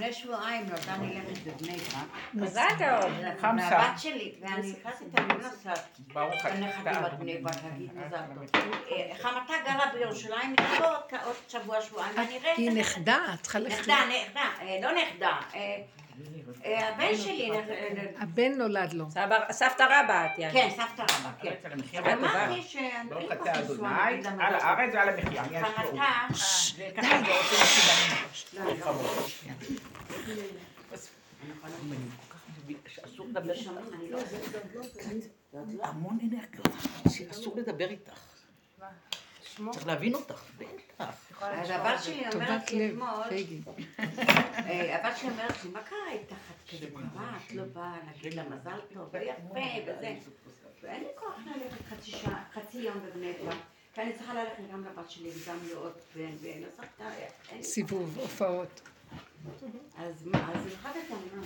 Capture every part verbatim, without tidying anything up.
לפני שבועיים נולדה נלכת בבני ברק. מזל טוב. חמסה. והבת שלי, ואני נכנסתי את הנוסעת. ברוך הנכדים אתה. בבני ברק, להגיד מזל טוב. חמתה גרה בירושלים, היא עוד שבוע, שבועיים, ואני אראה את היא נכדה, את צריכה ללכת. נכדה, נכדה, לא נכדה. הבן שלי, הבן נולד לו. סבתא רבא את יעני. כן, סבתא רבא, כן. אמרתי שאני ברוך צריך אתה לנסוע, אדוני, נגיד על למזל. הארץ ועל המחיה. חמתה, זה ככה זה עושים מסידנים. אסור לדבר איתך. המון אנרגיות, אסור לדבר איתך. צריך להבין אותך, בטח. אז הבת שלי אומרת טובת לי לב, אתמול, פייגי. הבת שלי אומרת לי, מה קרה איתך? את כזה קרה, את לא באה להגיד לה מזל טוב, ויפה וזה. ואין לי כוח ללכת חצי שעה, חצי יום בבני ברק, כי אני צריכה ללכת גם לבת שלי וגם לעוד בן ולעשות את ה... סיבוב, הופעות. אז מה, אז החלטת,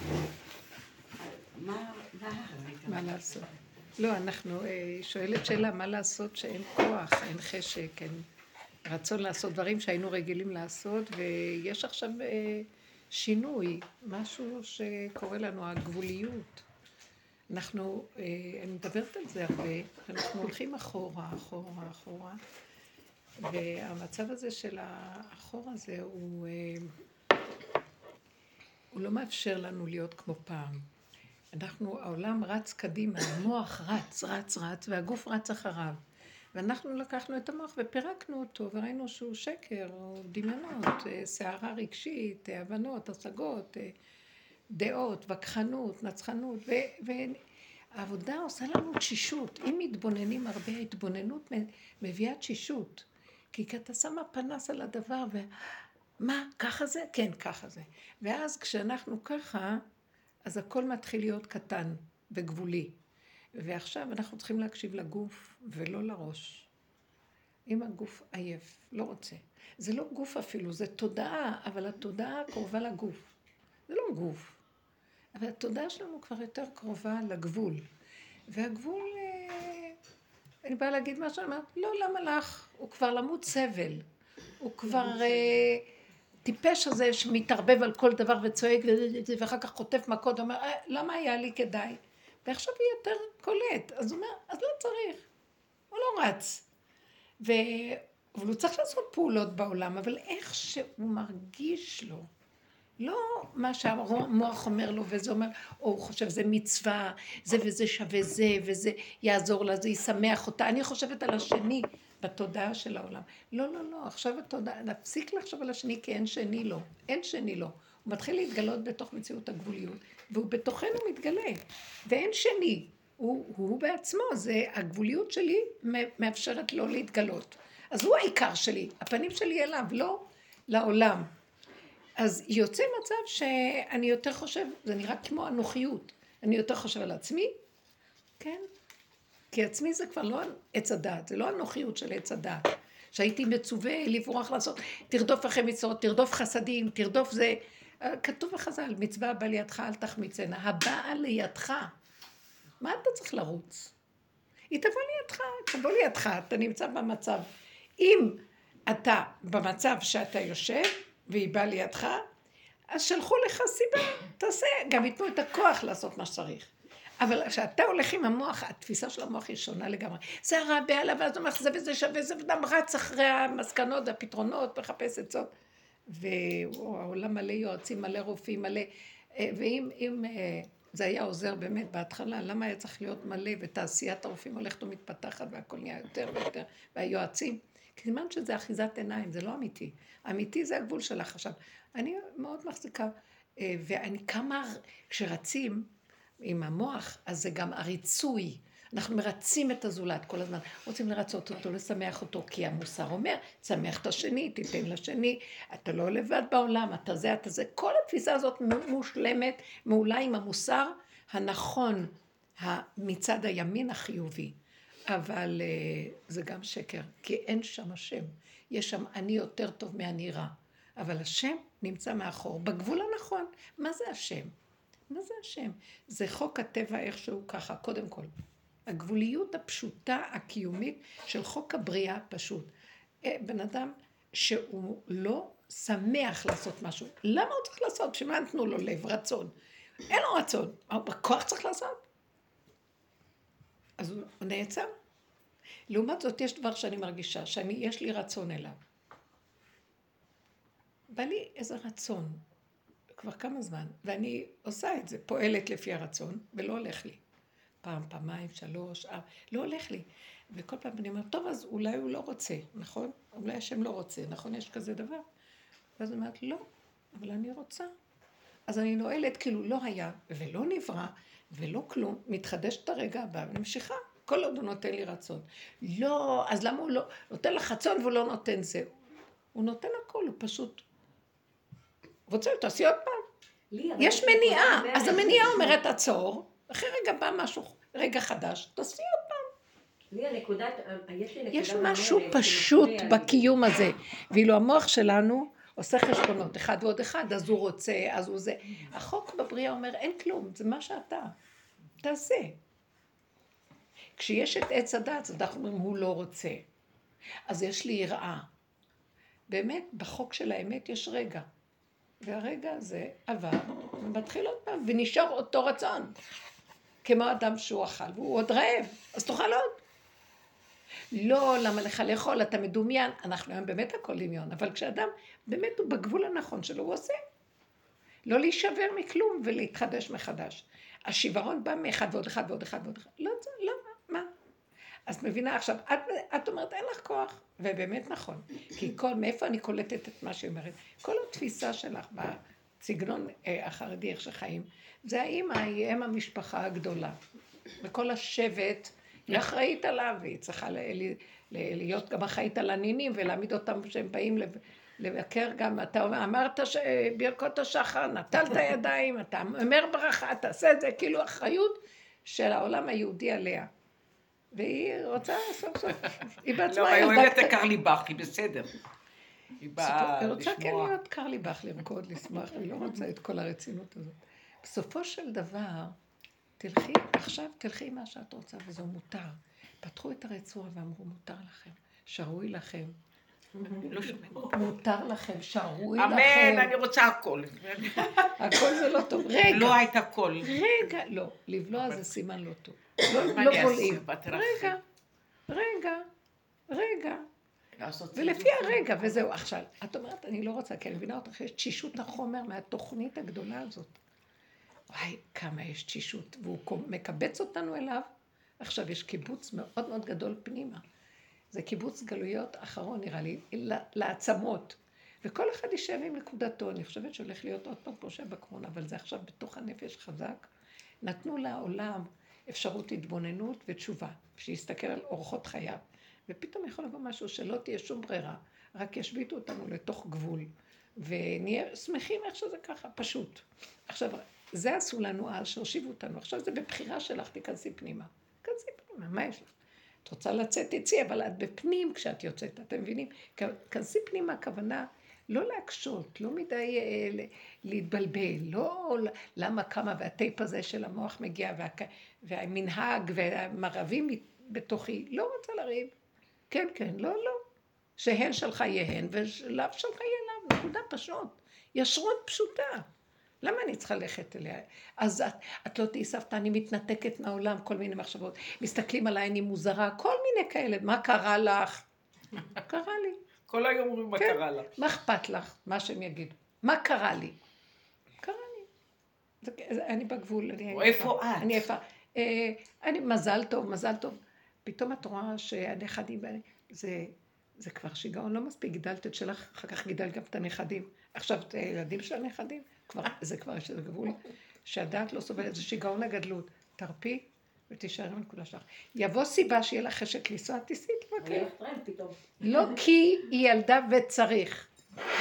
מה, מה לעשות? לא, אנחנו, אה, שואלת שאלה, מה לעשות שאין כוח, אין חשק, אין רצון לעשות דברים שהיינו רגילים לעשות, ויש עכשיו אה, שינוי, משהו שקורה לנו, הגבוליות. אנחנו, אה, אני מדברת על זה הרבה, אנחנו הולכים אחורה, אחורה, אחורה, והמצב הזה של האחורה הזה הוא, אה, הוא לא מאפשר לנו להיות כמו פעם. אנחנו, העולם רץ קדימה, המוח רץ, רץ, רץ, והגוף רץ אחריו. ואנחנו לקחנו את המוח ופירקנו אותו, וראינו שהוא שקר, או דמיונות, סערה רגשית, הבנות, השגות, דעות, וכחנות, נצחנות, והעבודה עושה לנו תשישות. אם מתבוננים הרבה, ההתבוננות מביאה תשישות. כי אתה שמה פנס על הדבר, ומה, ככה זה? כן, ככה זה. ואז כשאנחנו ככה, אז הכל מתחיל להיות קטן וגבולי. ועכשיו אנחנו צריכים להקשיב לגוף ולא לראש. אם הגוף עייף, לא רוצה. זה לא גוף אפילו, זה תודעה, אבל התודעה קרובה לגוף. זה לא גוף. אבל התודעה שלנו כבר יותר קרובה לגבול. והגבול, אני באה להגיד משהו, אני אומרת, לא, למה לך? הוא כבר למות סבל. הוא כבר... טיפש הזה שמתערבב על כל דבר וצועק ואחר כך חוטף מכות, אומר, למה היה לי כדאי? ועכשיו הוא יותר קולט, אז הוא אומר, אז לא צריך, הוא לא רץ. ו... אבל הוא צריך לעשות פעולות בעולם, אבל איך שהוא מרגיש לו, לא מה שהמוח אומר לו וזה אומר, או הוא חושב זה מצווה, זה וזה שווה זה, וזה יעזור לה, זה ישמח אותה. אני חושבת על השני בתודעה של העולם. לא, לא, לא, עכשיו התודעה, נפסיק לחשוב על השני כי אין שני לו, אין שני לו. הוא מתחיל להתגלות בתוך מציאות הגבוליות, והוא בתוכנו מתגלה, ואין שני. הוא, הוא בעצמו, זה הגבוליות שלי מאפשרת לו להתגלות. אז הוא העיקר שלי, הפנים שלי אליו, לא לעולם. אז יוצא מצב שאני יותר חושב, זה נראה כמו אנוכיות, אני יותר חושב על עצמי, כן? כי עצמי זה כבר לא עץ הדעת, זה לא אנוכיות של עץ הדעת, שהייתי מצווה לברוח לעשות, תרדוף אחרי מצוות, תרדוף חסדים, תרדוף זה, כתוב בחז"ל, מצווה הבא לידך אל תחמיצנה, הבאה לידך, מה אתה צריך לרוץ? היא תבוא לידך, תבוא לידך, אתה נמצא במצב, אם אתה במצב שאתה יושב, והיא באה לידך, אז שלחו לך סיבה, תעשה, גם ייתנו את הכוח לעשות מה שצריך. אבל כשאתה הולך עם המוח, התפיסה של המוח היא שונה לגמרי. זה הרע בעלה, ואז הוא אומר, זה וזה שווה, זה ודם רץ אחרי המסקנות והפתרונות, מחפש עצות. והעולם מלא יועצים, מלא רופאים, מלא... ואם אם, זה היה עוזר באמת בהתחלה, למה היה צריך להיות מלא, ותעשיית הרופאים הולכת ומתפתחת, והכל נהיה יותר ויותר, והיועצים... כזמן שזה אחיזת עיניים, זה לא אמיתי. אמיתי זה הגבול שלך. עכשיו, אני מאוד מחזיקה, ואני כמה, כשרצים עם המוח, אז זה גם הריצוי. אנחנו מרצים את הזולת כל הזמן. רוצים לרצות אותו, לשמח אותו, כי המוסר אומר, תשמח את השני, תיתן לשני, אתה לא לבד בעולם, אתה זה, אתה זה. כל התפיסה הזאת מושלמת, מעולה עם המוסר הנכון, מצד הימין החיובי. אבל uh, זה גם שקר, כי אין שם השם. יש שם אני יותר טוב מהני רע. אבל השם נמצא מאחור, בגבול הנכון. מה זה השם? מה זה השם? זה חוק הטבע איכשהו ככה, קודם כל. הגבוליות הפשוטה, הקיומית של חוק הבריאה פשוט. בן אדם שהוא לא שמח לעשות משהו. למה הוא צריך לעשות? שמה נתנו לו לב, רצון? אין לו רצון. בכוח צריך לעשות. אז הוא נעצר. לעומת זאת, יש דבר שאני מרגישה, שיש לי רצון אליו. בא לי איזה רצון, כבר כמה זמן, ואני עושה את זה, פועלת לפי הרצון, ולא הולך לי. פעם, פעמיים, שלוש, ארבע, לא הולך לי. וכל פעם אני אומרת, טוב, אז אולי הוא לא רוצה, נכון? אולי השם לא רוצה, נכון? יש כזה דבר? ואז אני אומרת, לא, אבל אני רוצה. אז אני נועלת כאילו לא היה, ולא נברא, ולא כלום, מתחדשת את הרגע הבא, ונמשיכה. כל עוד הוא נותן לי רצון. לא, אז למה הוא לא, נותן לך רצון והוא לא נותן זה? הוא נותן הכל, הוא פשוט רוצה, תעשי עוד פעם. יש מניעה, אז המניעה אומרת עצור, אחרי רגע בא משהו, רגע חדש, תעשי עוד פעם. לי הנקודת, יש לי נקודה... יש משהו פשוט בקיום הזה, ואילו המוח שלנו עושה חשבונות, אחד ועוד אחד, אז הוא רוצה, אז הוא זה. החוק בבריאה אומר, אין כלום, זה מה שאתה, תעשה. כשיש את עץ הדת, אז אנחנו אומרים, הוא לא רוצה. אז יש לי יראה. באמת, בחוק של האמת יש רגע. והרגע הזה עבר, ומתחיל עוד פעם, ונשאר אותו רצון. כמו אדם שהוא אכל, והוא עוד רעב, אז תאכל עוד. לא, למה לך לאכול, אתה מדומיין. אנחנו היום באמת הכל דמיון, אבל כשאדם באמת הוא בגבול הנכון שלו, הוא עושה. לא להישבר מכלום ולהתחדש מחדש. השברון בא מאחד ועוד אחד ועוד אחד ועוד אחד. לא, לא, מה? אז מבינה עכשיו, את, את אומרת, אין לך כוח, ובאמת נכון. כי כל, מאיפה אני קולטת את מה שהיא אומרת? כל התפיסה שלך בסגנון אה, החרדי, איך שחיים, זה האמא, היא אם המשפחה הגדולה. וכל השבט, היא אחראית עליו, והיא צריכה ל, ל, ל, להיות גם אחראית על הנינים, ולהעמיד אותם שהם באים לב, לבקר גם, אתה אמרת שברכות השחר, נטלת ידיים, אתה אומר ברכה, תעשה את זה, כאילו אחריות של העולם היהודי עליה. והיא רוצה סוף סוף, היא בעצמה... לא, היא אוהבת את קרלי בך, היא בסדר. היא באה היא רוצה כן לשמוע. להיות קרלי בך, לרקוד, לשמוח, היא לא רוצה את כל הרצינות הזאת. בסופו של דבר, תלכי, עכשיו תלכי מה שאת רוצה, וזה מותר. פתחו את הרצועה ואמרו, מותר לכם, שרוי לכם. לא שומעים. מותר לכם, שרוי לכם. אמן, אני רוצה הכל. הכל זה לא טוב. רגע. לא הייתה קול. רגע, לא. לבלוע זה סימן לא טוב. לא מה אני בולעים. אעשה? באתי לך. רגע, רגע, רגע. לעשות ולפי סיבוב. הרגע, וזהו. עכשיו, את אומרת, אני לא רוצה, כי אני מבינה אותך, יש תשישות החומר מהתוכנית הגדולה הזאת. וואי, כמה יש תשישות, והוא מקבץ אותנו אליו. עכשיו, יש קיבוץ מאוד מאוד גדול פנימה. זה קיבוץ גלויות אחרון, נראה לי, לעצמות. וכל אחד יישב עם נקודתו. אני חושבת שהולך להיות עוד פעם פרושה בקרון, אבל זה עכשיו בתוך הנפש חזק. נתנו לעולם אפשרות התבוננות ותשובה, שיסתכל על אורחות חייו. ופתאום יכול לבוא משהו שלא תהיה שום ברירה, רק ישביתו אותנו לתוך גבול, ונהיה שמחים איך שזה ככה, פשוט. עכשיו, זה עשו לנו אז, שהושיבו אותנו. עכשיו זה בבחירה שלך, תיכנסי פנימה. תיכנסי פנימה, מה יש לך? את רוצה לצאת, תצאי, אבל את בפנים כשאת יוצאת, אתם מבינים? כנסי פנימה, הכוונה לא להקשות, לא מדי אה, להתבלבל, לא למה כמה, והטייפ הזה של המוח מגיע, וה, והמנהג והמרבים בתוכי, לא רוצה לריב. כן, כן, לא, לא. שהן שלך יהן, ולאו שלך יהיה לאו, נקודה פשוט. ישרות פשוטה. למה אני צריכה ללכת אליה? אז את, את לא תהי סבתא, אני מתנתקת מהעולם, כל מיני מחשבות. מסתכלים עליי, אני מוזרה, כל מיני כאלה. מה קרה לך? קרה לי. כל היום אומרים מה כן. קרה לך. מה אכפת לך? מה שהם יגידו. מה קרה לי? קרה לי. זה, זה, אני בגבול. אני איפה את? אני איפה. אה, אני מזל טוב, מזל טוב. פתאום את רואה שהנכדים, זה, זה כבר שיגעון לא מספיק. גידלת את שלך, אחר כך גידלת גם את הנכדים. עכשיו את הילדים של הנכדים. כבר, זה כבר יש איזה גבול, שהדעת לא סובלת, זה שיגעון הגדלות. תרפי ותישאר עם הנקודה שלך. יבוא סיבה שיהיה לך חשק לנסוע, תיסעי, תבקר. אני הולכת טרמפ פתאום. לא כי היא ילדה וצריך.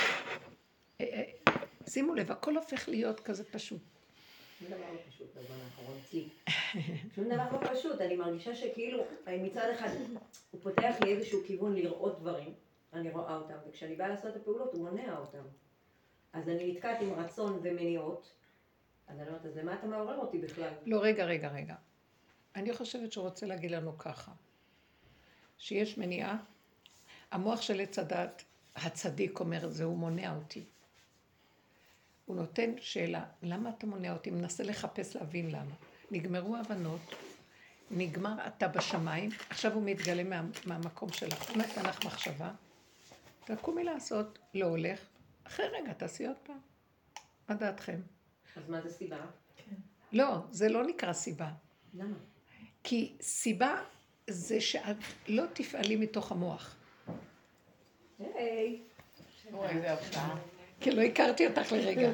שימו לב, הכל הופך להיות כזה פשוט. שום דבר לא פשוט בזמן האחרון אצלי. שום דבר לא פשוט, אני מרגישה שכאילו מצד אחד הוא פותח לי איזשהו כיוון לראות דברים, אני רואה אותם, וכשאני באה לעשות את הפעולות הוא מונע אותם. אז אני נתקעת עם רצון ומניעות, אז אני אומרת, אז למה אתה מעורר אותי בכלל? לא, רגע, רגע, רגע. אני חושבת שהוא רוצה להגיד לנו ככה, שיש מניעה, המוח של עץ הדת, הצדיק אומר את זה, הוא מונע אותי. הוא נותן שאלה, למה אתה מונע אותי? מנסה לחפש להבין למה. נגמרו הבנות, נגמר אתה בשמיים, עכשיו הוא מתגלה מה, מהמקום שלך. הוא נתן לך מחשבה, תקומי לעשות, לא הולך, אחרי רגע תעשי עוד פעם. מה דעתכם? אז מה זה סיבה? לא, זה לא נקרא סיבה. למה? כי סיבה זה שאת לא תפעלי מתוך המוח. היי. אוי, איזה הפתעה. כי לא הכרתי אותך לרגע.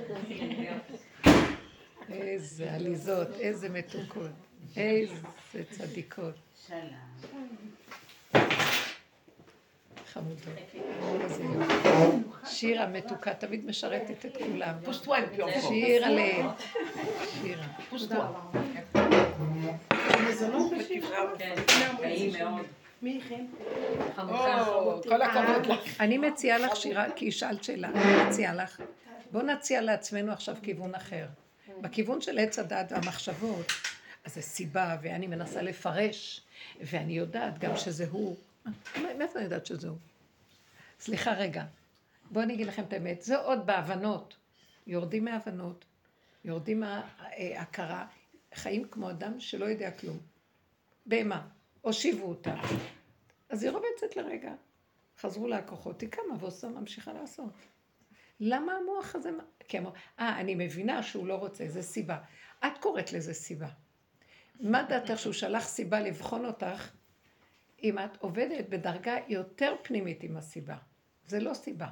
איזה עליזות, איזה מתוקות, איזה צדיקות. שלום. חמודות. איזה יופי. שירה מתוקה, תמיד משרתת את כולם. פושטווה עם פיור. שירה לב. שירה. פושטווה. כן, טעים מאוד. מי איתכם? חמוצה. כל הכבוד לך. אני מציעה לך שירה, כי שאלת שאלה, אני מציעה לך. בואו נציע לעצמנו עכשיו כיוון אחר. בכיוון של עץ הדת והמחשבות, אז זה סיבה, ואני מנסה לפרש, ואני יודעת גם שזה הוא. מאיפה אני יודעת שזה הוא? סליחה רגע, בואו אני אגיד לכם את האמת, זה עוד בהבנות. יורדים מהבנות, יורדים מההכרה, חיים כמו אדם שלא יודע כלום. בהמה, הושיבו אותה. אז היא רובצת לרגע. חזרו להכוחות, היא קמה ועושה, ממשיכה לעשות. למה המוח הזה... כמו, אה, אני מבינה שהוא לא רוצה, זה סיבה. את קוראת לזה סיבה. מה דעתך שהוא שלח סיבה לבחון אותך, אם את עובדת בדרגה יותר פנימית עם הסיבה? זה לא סיבה.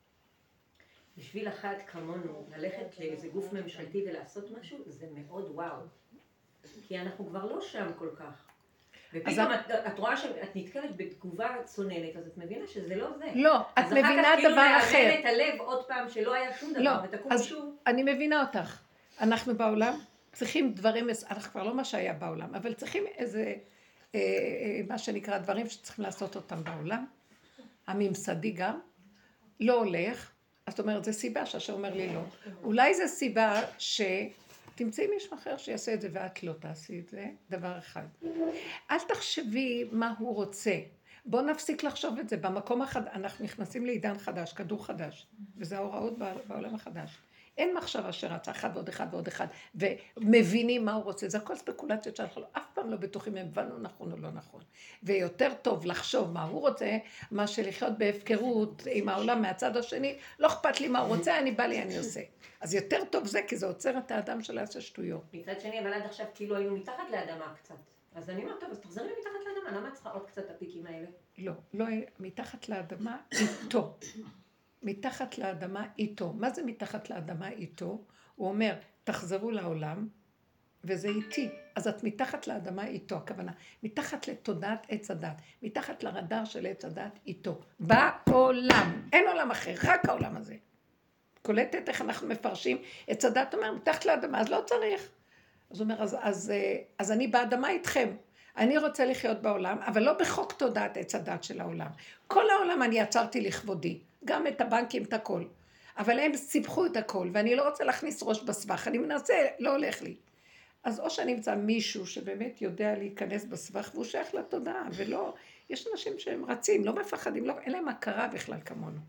בשביל אחת כמונו, ללכת לאיזה גוף ממשלתי ולעשות משהו, זה מאוד וואו. כי אנחנו כבר לא שם כל כך. ופתאום את, את רואה שאת נתקלת בתגובה צוננת, אז את מבינה שזה לא זה. לא, את מבינה דבר אחר. אז אחר כך כאילו מאמן את הלב עוד פעם שלא היה שום דבר, לא, ותקום אז שוב. אני מבינה אותך. אנחנו בעולם צריכים דברים, אנחנו כבר לא מה שהיה בעולם, אבל צריכים איזה, אה, אה, מה שנקרא, דברים שצריכים לעשות אותם בעולם. הממסדי גם, לא הולך. זאת אומרת, זו סיבה שהשם אומר לי לא. אולי זו סיבה ש... תמצאי מישהו אחר שיעשה את זה ואת לא תעשי את זה, דבר אחד. אל תחשבי מה הוא רוצה. בוא נפסיק לחשוב את זה. במקום החד... אנחנו נכנסים לעידן חדש, כדור חדש, וזה ההוראות בעולם החדש. אין מחשבה שרצה אחד ועוד אחד ועוד אחד, ומבינים מה הוא רוצה. זה הכל ספקולציות שאנחנו אף פעם לא בטוחים אם הבנו נכון או לא נכון. ויותר טוב לחשוב מה הוא רוצה, מה שלחיות בהפקרות עם העולם מהצד השני, לא אכפת לי מה הוא רוצה, אני בא לי, אני עושה. אז יותר טוב זה, כי זה עוצר את האדם של לעשות שטויות. מצד שני, אבל עד עכשיו כאילו היינו מתחת לאדמה קצת. אז אני אומרת, טוב, אז תחזרי לי מתחת לאדמה, למה את צריכה עוד קצת הפיקים האלה? לא, לא, מתחת לאדמה איתו. מתחת לאדמה איתו. מה זה מתחת לאדמה איתו? הוא אומר, תחזרו לעולם, וזה איתי. אז את מתחת לאדמה איתו, הכוונה. מתחת לתודעת עץ הדת, מתחת לרדאר של עץ הדת איתו. בעולם. אין עולם אחר, רק העולם הזה. קולטת איך אנחנו מפרשים, עץ הדת אומר, מתחת לאדמה, אז לא צריך. אז הוא אומר, אז, אז, אז אני באדמה איתכם. אני רוצה לחיות בעולם, אבל לא בחוק תודעת עץ הדת של העולם. כל העולם אני עצרתי לכבודי, גם את הבנקים, את הכל. אבל הם סיפחו את הכל, ואני לא רוצה להכניס ראש בסבך, אני מנסה, לא הולך לי. אז או שאני אמצא מישהו שבאמת יודע להיכנס בסבך, והוא שייך לתודעה, ולא, יש אנשים שהם רצים, לא מפחדים, לא, אין להם הכרה בכלל כמונו.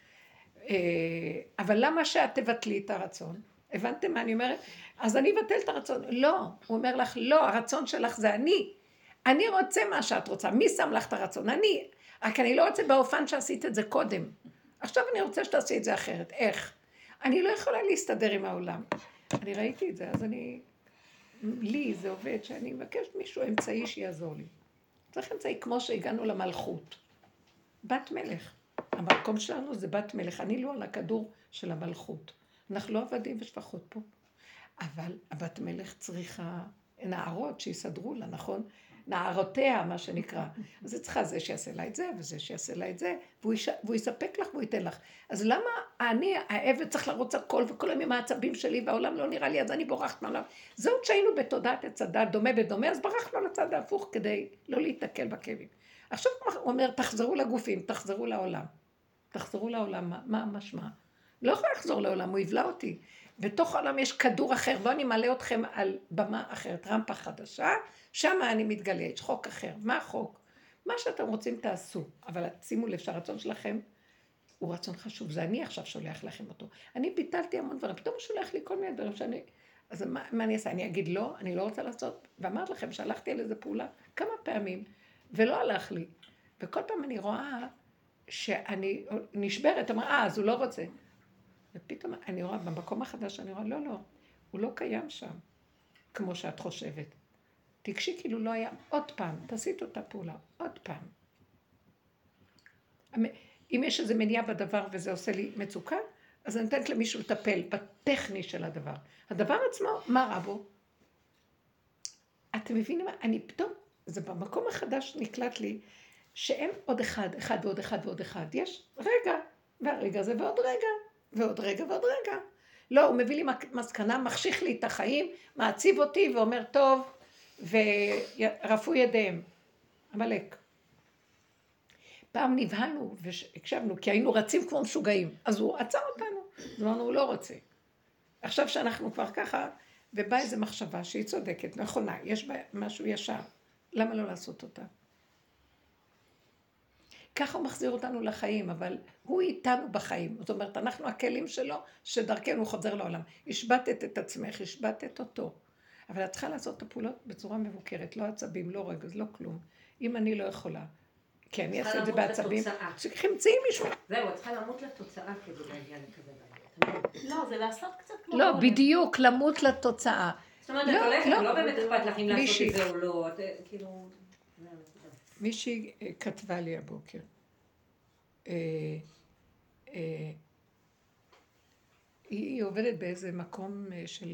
אבל למה שאת תבטלי את הרצון? הבנתם מה אני אומרת? אז אני אבטל את הרצון. לא, הוא אומר לך, לא, הרצון שלך זה אני. אני רוצה מה שאת רוצה. מי שם לך את הרצון? אני. רק אני לא רוצה באופן שעשית את זה קודם. עכשיו אני רוצה שתעשי את זה אחרת. איך? אני לא יכולה להסתדר עם העולם. אני ראיתי את זה, אז אני... לי זה עובד שאני מבקשת מישהו אמצעי שיעזור לי. צריך אמצעי כמו שהגענו למלכות. בת מלך. המקום שלנו זה בת מלך. אני לא על הכדור של המלכות. אנחנו לא עבדים ושפחות פה. אבל הבת מלך צריכה נערות שיסדרו לה, נכון? נערותיה, מה שנקרא. אז זה צריכה זה שיעשה לה את זה, וזה שיעשה לה את זה, והוא, יש... והוא יספק לך והוא ייתן לך. אז למה אני, העבד, צריך לרוץ הכל, וכל ימים העצבים שלי, והעולם לא נראה לי, אז אני בורחת מעולם. זהו שהיינו בתודעת עץ הדת, דומה בדומה, אז ברחנו לצד ההפוך כדי לא להתקל בכאבים. עכשיו הוא אומר, תחזרו לגופים, תחזרו לעולם. תחזרו לעולם, מה, מה משמע? לא יכול לחזור לעולם, הוא יבלע אותי. בתוך העולם יש כדור אחר, בואו אני מעלה אתכם על במה אחרת, רמפה חדשה, שם אני מתגלה, יש חוק אחר. מה החוק? מה שאתם רוצים תעשו, אבל שימו לב שהרצון שלכם הוא רצון חשוב, זה אני עכשיו שולח לכם אותו. אני ביטלתי המון דברים, פתאום הוא שולח לי כל מיני דברים שאני... אז מה, מה אני אעשה? אני אגיד לא, אני לא רוצה לעשות, ואמרת לכם שהלכתי על איזה פעולה כמה פעמים, ולא הלך לי. וכל פעם אני רואה שאני נשברת, אמרה, אה, אז הוא לא רוצה. ופתאום אני רואה, במקום החדש אני רואה, לא, לא, הוא לא קיים שם, כמו שאת חושבת. תקשי כאילו לא היה עוד פעם, תעשי את אותה פעולה, עוד פעם. אם יש איזה מניעה בדבר וזה עושה לי מצוקה, אז אני נותנת למישהו לטפל בטכני של הדבר. הדבר עצמו, מה רע בו? אתם מבינים מה? אני פתאום, זה במקום החדש נקלט לי, שאין עוד אחד, אחד ועוד אחד ועוד אחד. יש רגע, והרגע זה ועוד רגע, ועוד רגע ועוד רגע. לא, הוא מביא לי מסקנה, מחשיך לי את החיים, מעציב אותי ואומר טוב, ורפו ידיהם. המלאק. פעם נבהלנו והקשבנו, כי היינו רצים כמו משוגעים. אז הוא עצר אותנו. אז אמרנו, הוא לא רוצה. עכשיו שאנחנו כבר ככה, ובא איזו מחשבה שהיא צודקת, נכונה, יש בה משהו ישר. למה לא לעשות אותה? ככה הוא מחזיר אותנו לחיים, אבל הוא איתנו בחיים. זאת אומרת, אנחנו הכלים שלו, שדרכנו חוזר לעולם. השבטת את עצמך, השבטת אותו. אבל את צריכה לעשות את הפעולות בצורה מבוקרת, לא עצבים, לא רגז, לא כלום. אם אני לא יכולה, כן, אני אעשה את זה בעצבים. שחמצאי מישהו. זהו, את צריכה למות לתוצאה כדי להגיע לכזה דבר. לא, זה לעשות קצת כמו... לא, בדיוק, למות לתוצאה. זאת אומרת, את הולכת, לא באמת אכפת לך אם לעשות את זה או לא, כאילו... מישהי כתבה לי הבוקר. היא עובדת באיזה מקום של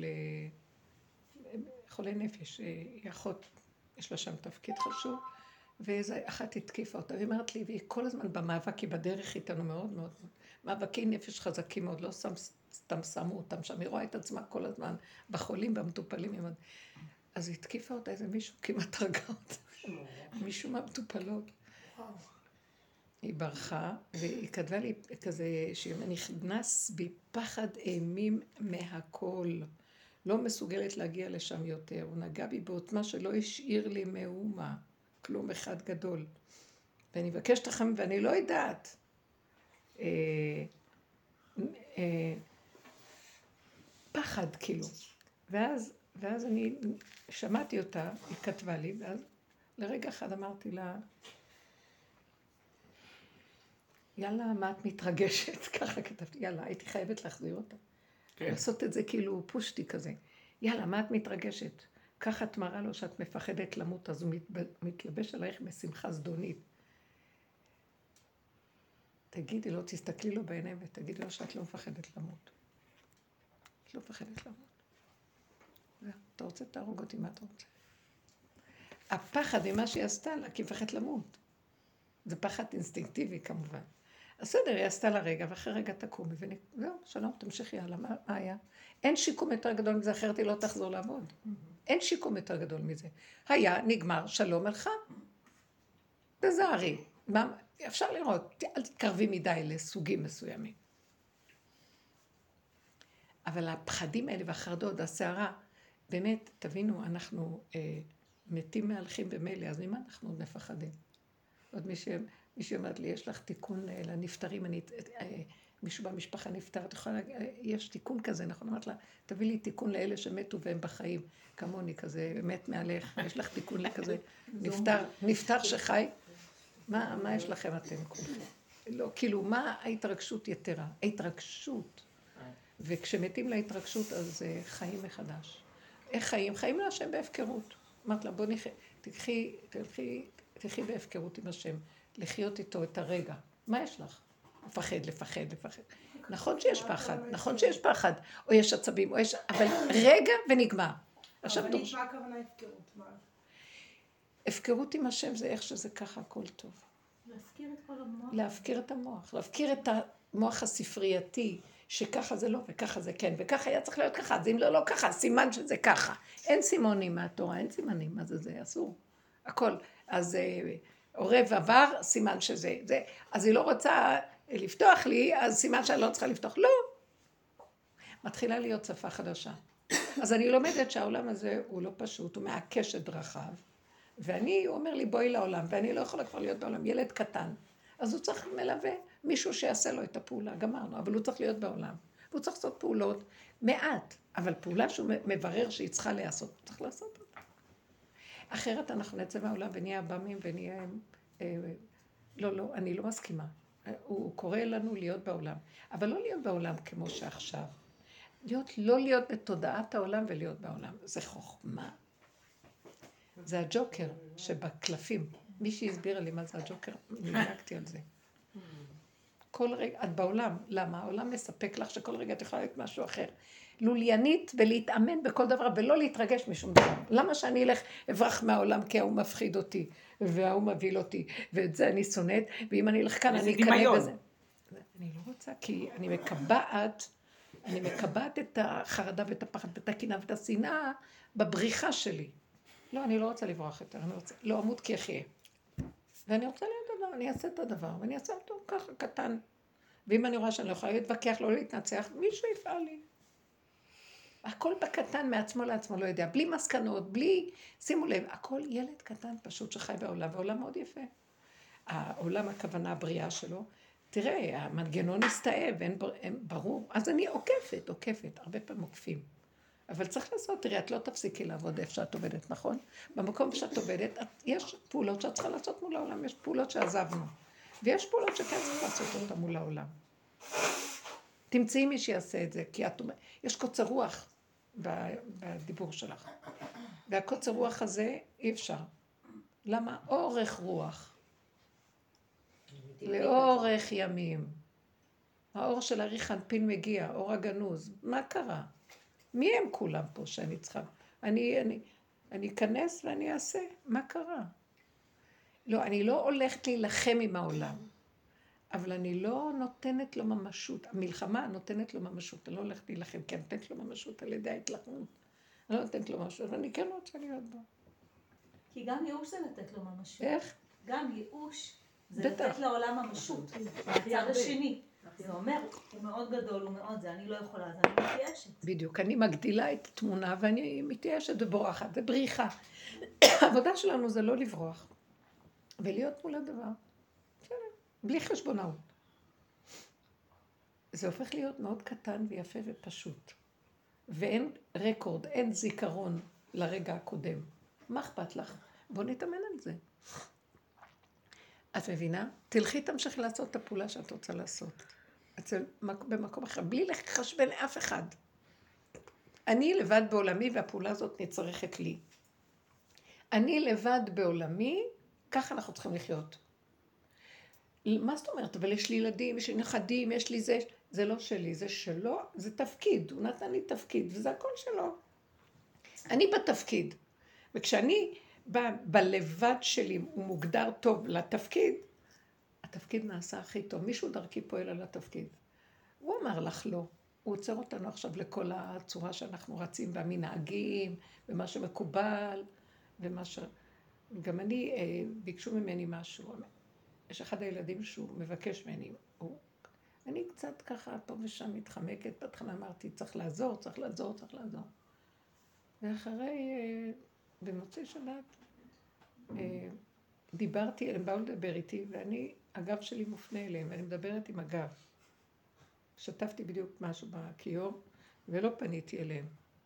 חולי נפש, היא אחות, יש לה שם תפקיד חשוב, ואיזה אחת התקיפה אותה, והיא אמרת לי, והיא כל הזמן במאבק, היא בדרך איתנו מאוד מאוד, מאבקי נפש חזקים מאוד, לא סתם שמו אותם שם, היא רואה את עצמה כל הזמן בחולים, במטופלים, אז היא התקיפה אותה איזה מישהו, כמעט הרגה אותה, מישהו מהמטופלות. היא ברחה, והיא כתבה לי כזה, שנכנס בי פחד אימים מהכל. לא מסוגלת להגיע לשם יותר. הוא נגע בי בעוצמה שלא השאיר לי מאומה. כלום אחד גדול. ואני מבקשת לכם, ואני לא יודעת. אה, אה, פחד, כאילו. ואז, ואז אני שמעתי אותה, היא כתבה לי, ואז לרגע אחד אמרתי לה, יאללה, מה את מתרגשת? ככה כתבתי, יאללה, הייתי חייבת להחזיר אותה. כן. לעשות את זה כאילו פושטי כזה. יאללה, מה את מתרגשת? ככה את מראה לו שאת מפחדת למות, אז הוא מתלבש עלייך בשמחה זדונית. תגידי לו, תסתכלי לו בעיניים ותגידי לו שאת לא מפחדת למות. את לא מפחדת למות. אתה רוצה תהרוג אותי, מה אתה רוצה? הפחד ממה שהיא עשתה לה, כי מפחדת למות. זה פחד אינסטינקטיבי כמובן. הסדר, היא עשתה לה רגע, ואחרי רגע תקומי, וזהו, שלום, תמשיכי הלאה, מה היה? אין שיקום יותר גדול מזה, אחרת היא לא תחזור לעבוד. אין שיקום יותר גדול מזה. היה, נגמר, שלום עליך. תזהרי. אפשר לראות, אל תתקרבי מדי לסוגים מסוימים. אבל הפחדים האלה והחרדות, הסערה, באמת, תבינו, אנחנו אה, מתים מהלכים במילא, אז ממה אנחנו עוד מפחדים? עוד מישהו, מישהו אומרת לי, יש לך תיקון לנפטרים, אני, מישהו במשפחה נפטר, את יכולה להגיד, יש תיקון כזה, נכון? אמרת לה, תביא לי תיקון לאלה שמתו והם בחיים, כמוני כזה, מת מעליך, יש לך תיקון לכזה, נפטר, נפטר שחי, מה, מה יש לכם אתם כולכם? לא, כאילו, מה ההתרגשות יתרה? ההתרגשות. וכשמתים להתרגשות, אז חיים מחדש. איך חיים? חיים להשם בהפקרות. אמרת לה, בוא נחי, תקחי, תלכי, תלכי בהפקרות עם השם, לחיות איתו את הרגע. מה יש לך? לפחד, לפחד, לפחד. נכון שיש פחד, נכון שיש פחד, או יש עצבים, או יש... אבל רגע ונגמר. אבל מה הכוונה הפקרות? הפקרות עם השם זה איך שזה ככה, הכל טוב. להפקיר את כל המוח. להפקיר את המוח, להפקיר את המוח הספרייתי, שככה זה לא וככה זה כן, וככה היה צריך להיות ככה, אז אם לא, לא ככה, סימן שזה ככה. אין סימונים מהתורה, אין סימנים, מה זה זה, אסור. הכל. אז עורב עבר, סימן שזה, זה. אז היא לא רוצה לפתוח לי, אז סימן שאני לא צריכה לפתוח. לא. מתחילה להיות שפה חדשה. אז אני לומדת שהעולם הזה הוא לא פשוט, הוא מעקש את דרכיו, ואני, הוא אומר לי, בואי לעולם, ואני לא יכולה כבר להיות בעולם, ילד קטן. אז הוא צריך מלווה, מישהו שיעשה לו את הפעולה, גמרנו, אבל הוא צריך להיות בעולם. והוא צריך לעשות פעולות מעט, אבל פעולה שהוא מברר שהיא צריכה לעשות, הוא צריך לעשות אותה. אחרת אנחנו נצא מהעולם ונהיה עב"מים ונהיה... אה, לא, לא, אני לא מסכימה. הוא קורא לנו להיות בעולם, אבל לא להיות בעולם כמו שעכשיו. להיות, לא להיות בתודעת העולם ולהיות בעולם. זה חוכמה. זה הג'וקר שבקלפים. מישהי הסבירה לי מה זה הג'וקר, נדלקתי על זה. כל רגע, את בעולם. למה? העולם מספק לך שכל רגע את יכולה להיות משהו אחר. לוליינית ולהתאמן בכל דבר ולא להתרגש משום דבר. למה שאני אלך אברח מהעולם כי ההוא מפחיד אותי וההוא מבהיל אותי ואת זה אני שונאת ואם אני אלך כאן אני אקנה בזה. אני לא רוצה כי אני מקבעת, אני מקבעת את החרדה ואת הפחד ואת הקנאה ואת השנאה בבריחה שלי. לא, אני לא רוצה לברוח יותר, אני רוצה, לא אמות כי אחיה. ואני רוצה להיות דבר, אני אעשה את הדבר ואני אעשה אותו ככה קטן. ואם אני רואה שאני לא יכולה להתווכח, לא להתנצח, מישהו יפעל לי. הכל בקטן מעצמו לעצמו, לא יודע, בלי מסקנות, בלי, שימו לב, הכל ילד קטן פשוט שחי בעולם, והעולם מאוד יפה. העולם הכוונה הבריאה שלו, תראה, המנגנון הסתאב, אין ברור, אז אני עוקפת, עוקפת, הרבה פעמים עוקפים. אבל צריך לעשות, תראה, את לא תפסיקי לעבוד איפה שאת עובדת, נכון? במקום שאת עובדת, את, יש פעולות שאת צריכה לעשות מול העולם, יש פעולות שעזבנו, ויש פעולות שכן צריך לעשות אותה מול העולם. תמצאי מי שיעשה את זה, כי את, יש קוצר רוח בדיבור שלך. והקוצר רוח הזה אי אפשר. למה? אורך רוח. לאורך ימים. האור של אריך אנפין מגיע, אור הגנוז. מה קרה? מי הם כולם פה שאני צריכה? אני, אני, אני אכנס ואני אעשה. מה קרה? לא, אני לא הולכת להילחם עם העולם. אבל אני לא נותנת לו ממשות. המלחמה נותנת לו ממשות. אני לא הולכת להילחם, כי אני נותנת לו ממשות על ידי ההתלחמות. אני לא נותנת לו ממשות, אבל אני כן רוצה להיות בו. כי גם ייאוש זה לתת לו ממשות. איך? גם ייאוש זה בטח. לתת לעולם ממשות. מהצד השני. זה אומר, הוא מאוד גדול, הוא מאוד זה, אני לא יכולה, אז אני מתייאשת. בדיוק, אני מגדילה את התמונה ואני מתייאשת ובורחת, זה בריחה. העבודה שלנו זה לא לברוח, ולהיות מול הדבר. בלי חשבונאות. זה הופך להיות מאוד קטן ויפה ופשוט. ואין רקורד, אין זיכרון לרגע הקודם. מה אכפת לך? בוא נתאמן על זה. את מבינה? תלכי תמשיך לעשות את הפעולה שאת רוצה לעשות. אצל, במקום אחר, בלי לחשבן אף אחד. אני לבד בעולמי והפעולה הזאת נצרכת לי. אני לבד בעולמי, ככה אנחנו צריכים לחיות. מה זאת אומרת? אבל יש לי ילדים, יש לי נכדים, יש לי זה, זה לא שלי, זה שלו, זה תפקיד, הוא נתן לי תפקיד, וזה הכל שלו. אני בתפקיד, וכשאני ב- בלבד שלי, הוא מוגדר טוב לתפקיד, התפקיד נעשה הכי טוב, מישהו דרכי פועל על התפקיד. הוא אמר לך לא, הוא עוצר אותנו עכשיו לכל הצורה שאנחנו רצים, והמנהגים, ומה שמקובל, ומה ש... גם אני, ביקשו ממני משהו, יש אחד הילדים שהוא מבקש ממני, הוא... אני קצת ככה פה ושם מתחמקת, בהתחלה אמרתי, צריך לעזור, צריך לעזור, צריך לעזור. ואחרי, במוצאי שבת, דיברתי, הם באו לדבר איתי, ואני, הגב שלי מופנה אליהם, ואני מדברת עם הגב. שתפתי בדיוק משהו בכיור, ולא פניתי אליהם.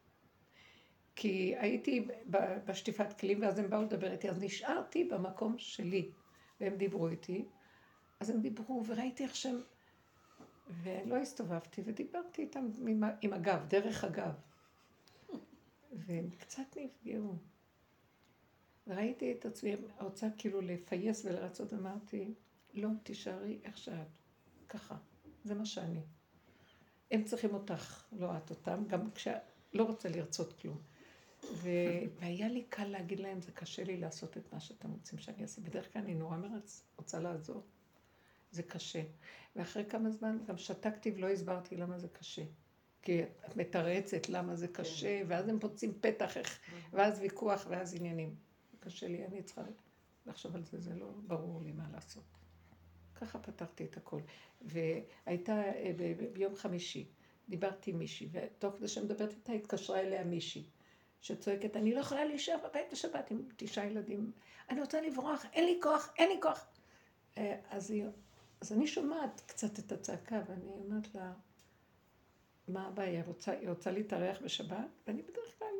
כי הייתי בשטיפת כלים, ואז הם באו לדבר איתי, אז נשארתי במקום שלי. והם דיברו איתי, אז הם דיברו, וראיתי איך שהם, ולא הסתובבתי, ודיברתי איתם עם, עם הגב, דרך הגב. והם קצת נפגעו. וראיתי את עצמי, רוצה כאילו לפייס ולרצות, אמרתי, לא, תישארי איך שאת, ככה, זה מה שאני. הם צריכים אותך, לא את אותם, גם כשלא רוצה לרצות כלום. והיה לי קל להגיד להם, זה קשה לי לעשות את מה שאתם רוצים שאני אעשה. בדרך כלל אני נורא מרץ, רוצה לעזור. זה קשה. ואחרי כמה זמן גם שתקתי ולא הסברתי למה זה קשה. כי את מתרצת למה זה קשה, ואז הם פוצעים פתח, ואז ויכוח, ואז עניינים. קשה לי, אני צריכה לחשוב על זה, זה לא ברור לי מה לעשות. ככה פתחתי את הכל. והייתה ביום חמישי, דיברתי עם מישהי, ותוך כדי שמדברת איתה, התקשרה אליה מישהי. שצועקת, אני לא יכולה להישאר בבית בשבת עם תשעה ילדים, אני רוצה לברוח, אין לי כוח, אין לי כוח. אז היא אז אני שומעת קצת את הצעקה, ואני אומרת לה, מה הבעיה? היא רוצה, היא רוצה להתארח בשבת? ואני בדרך כלל...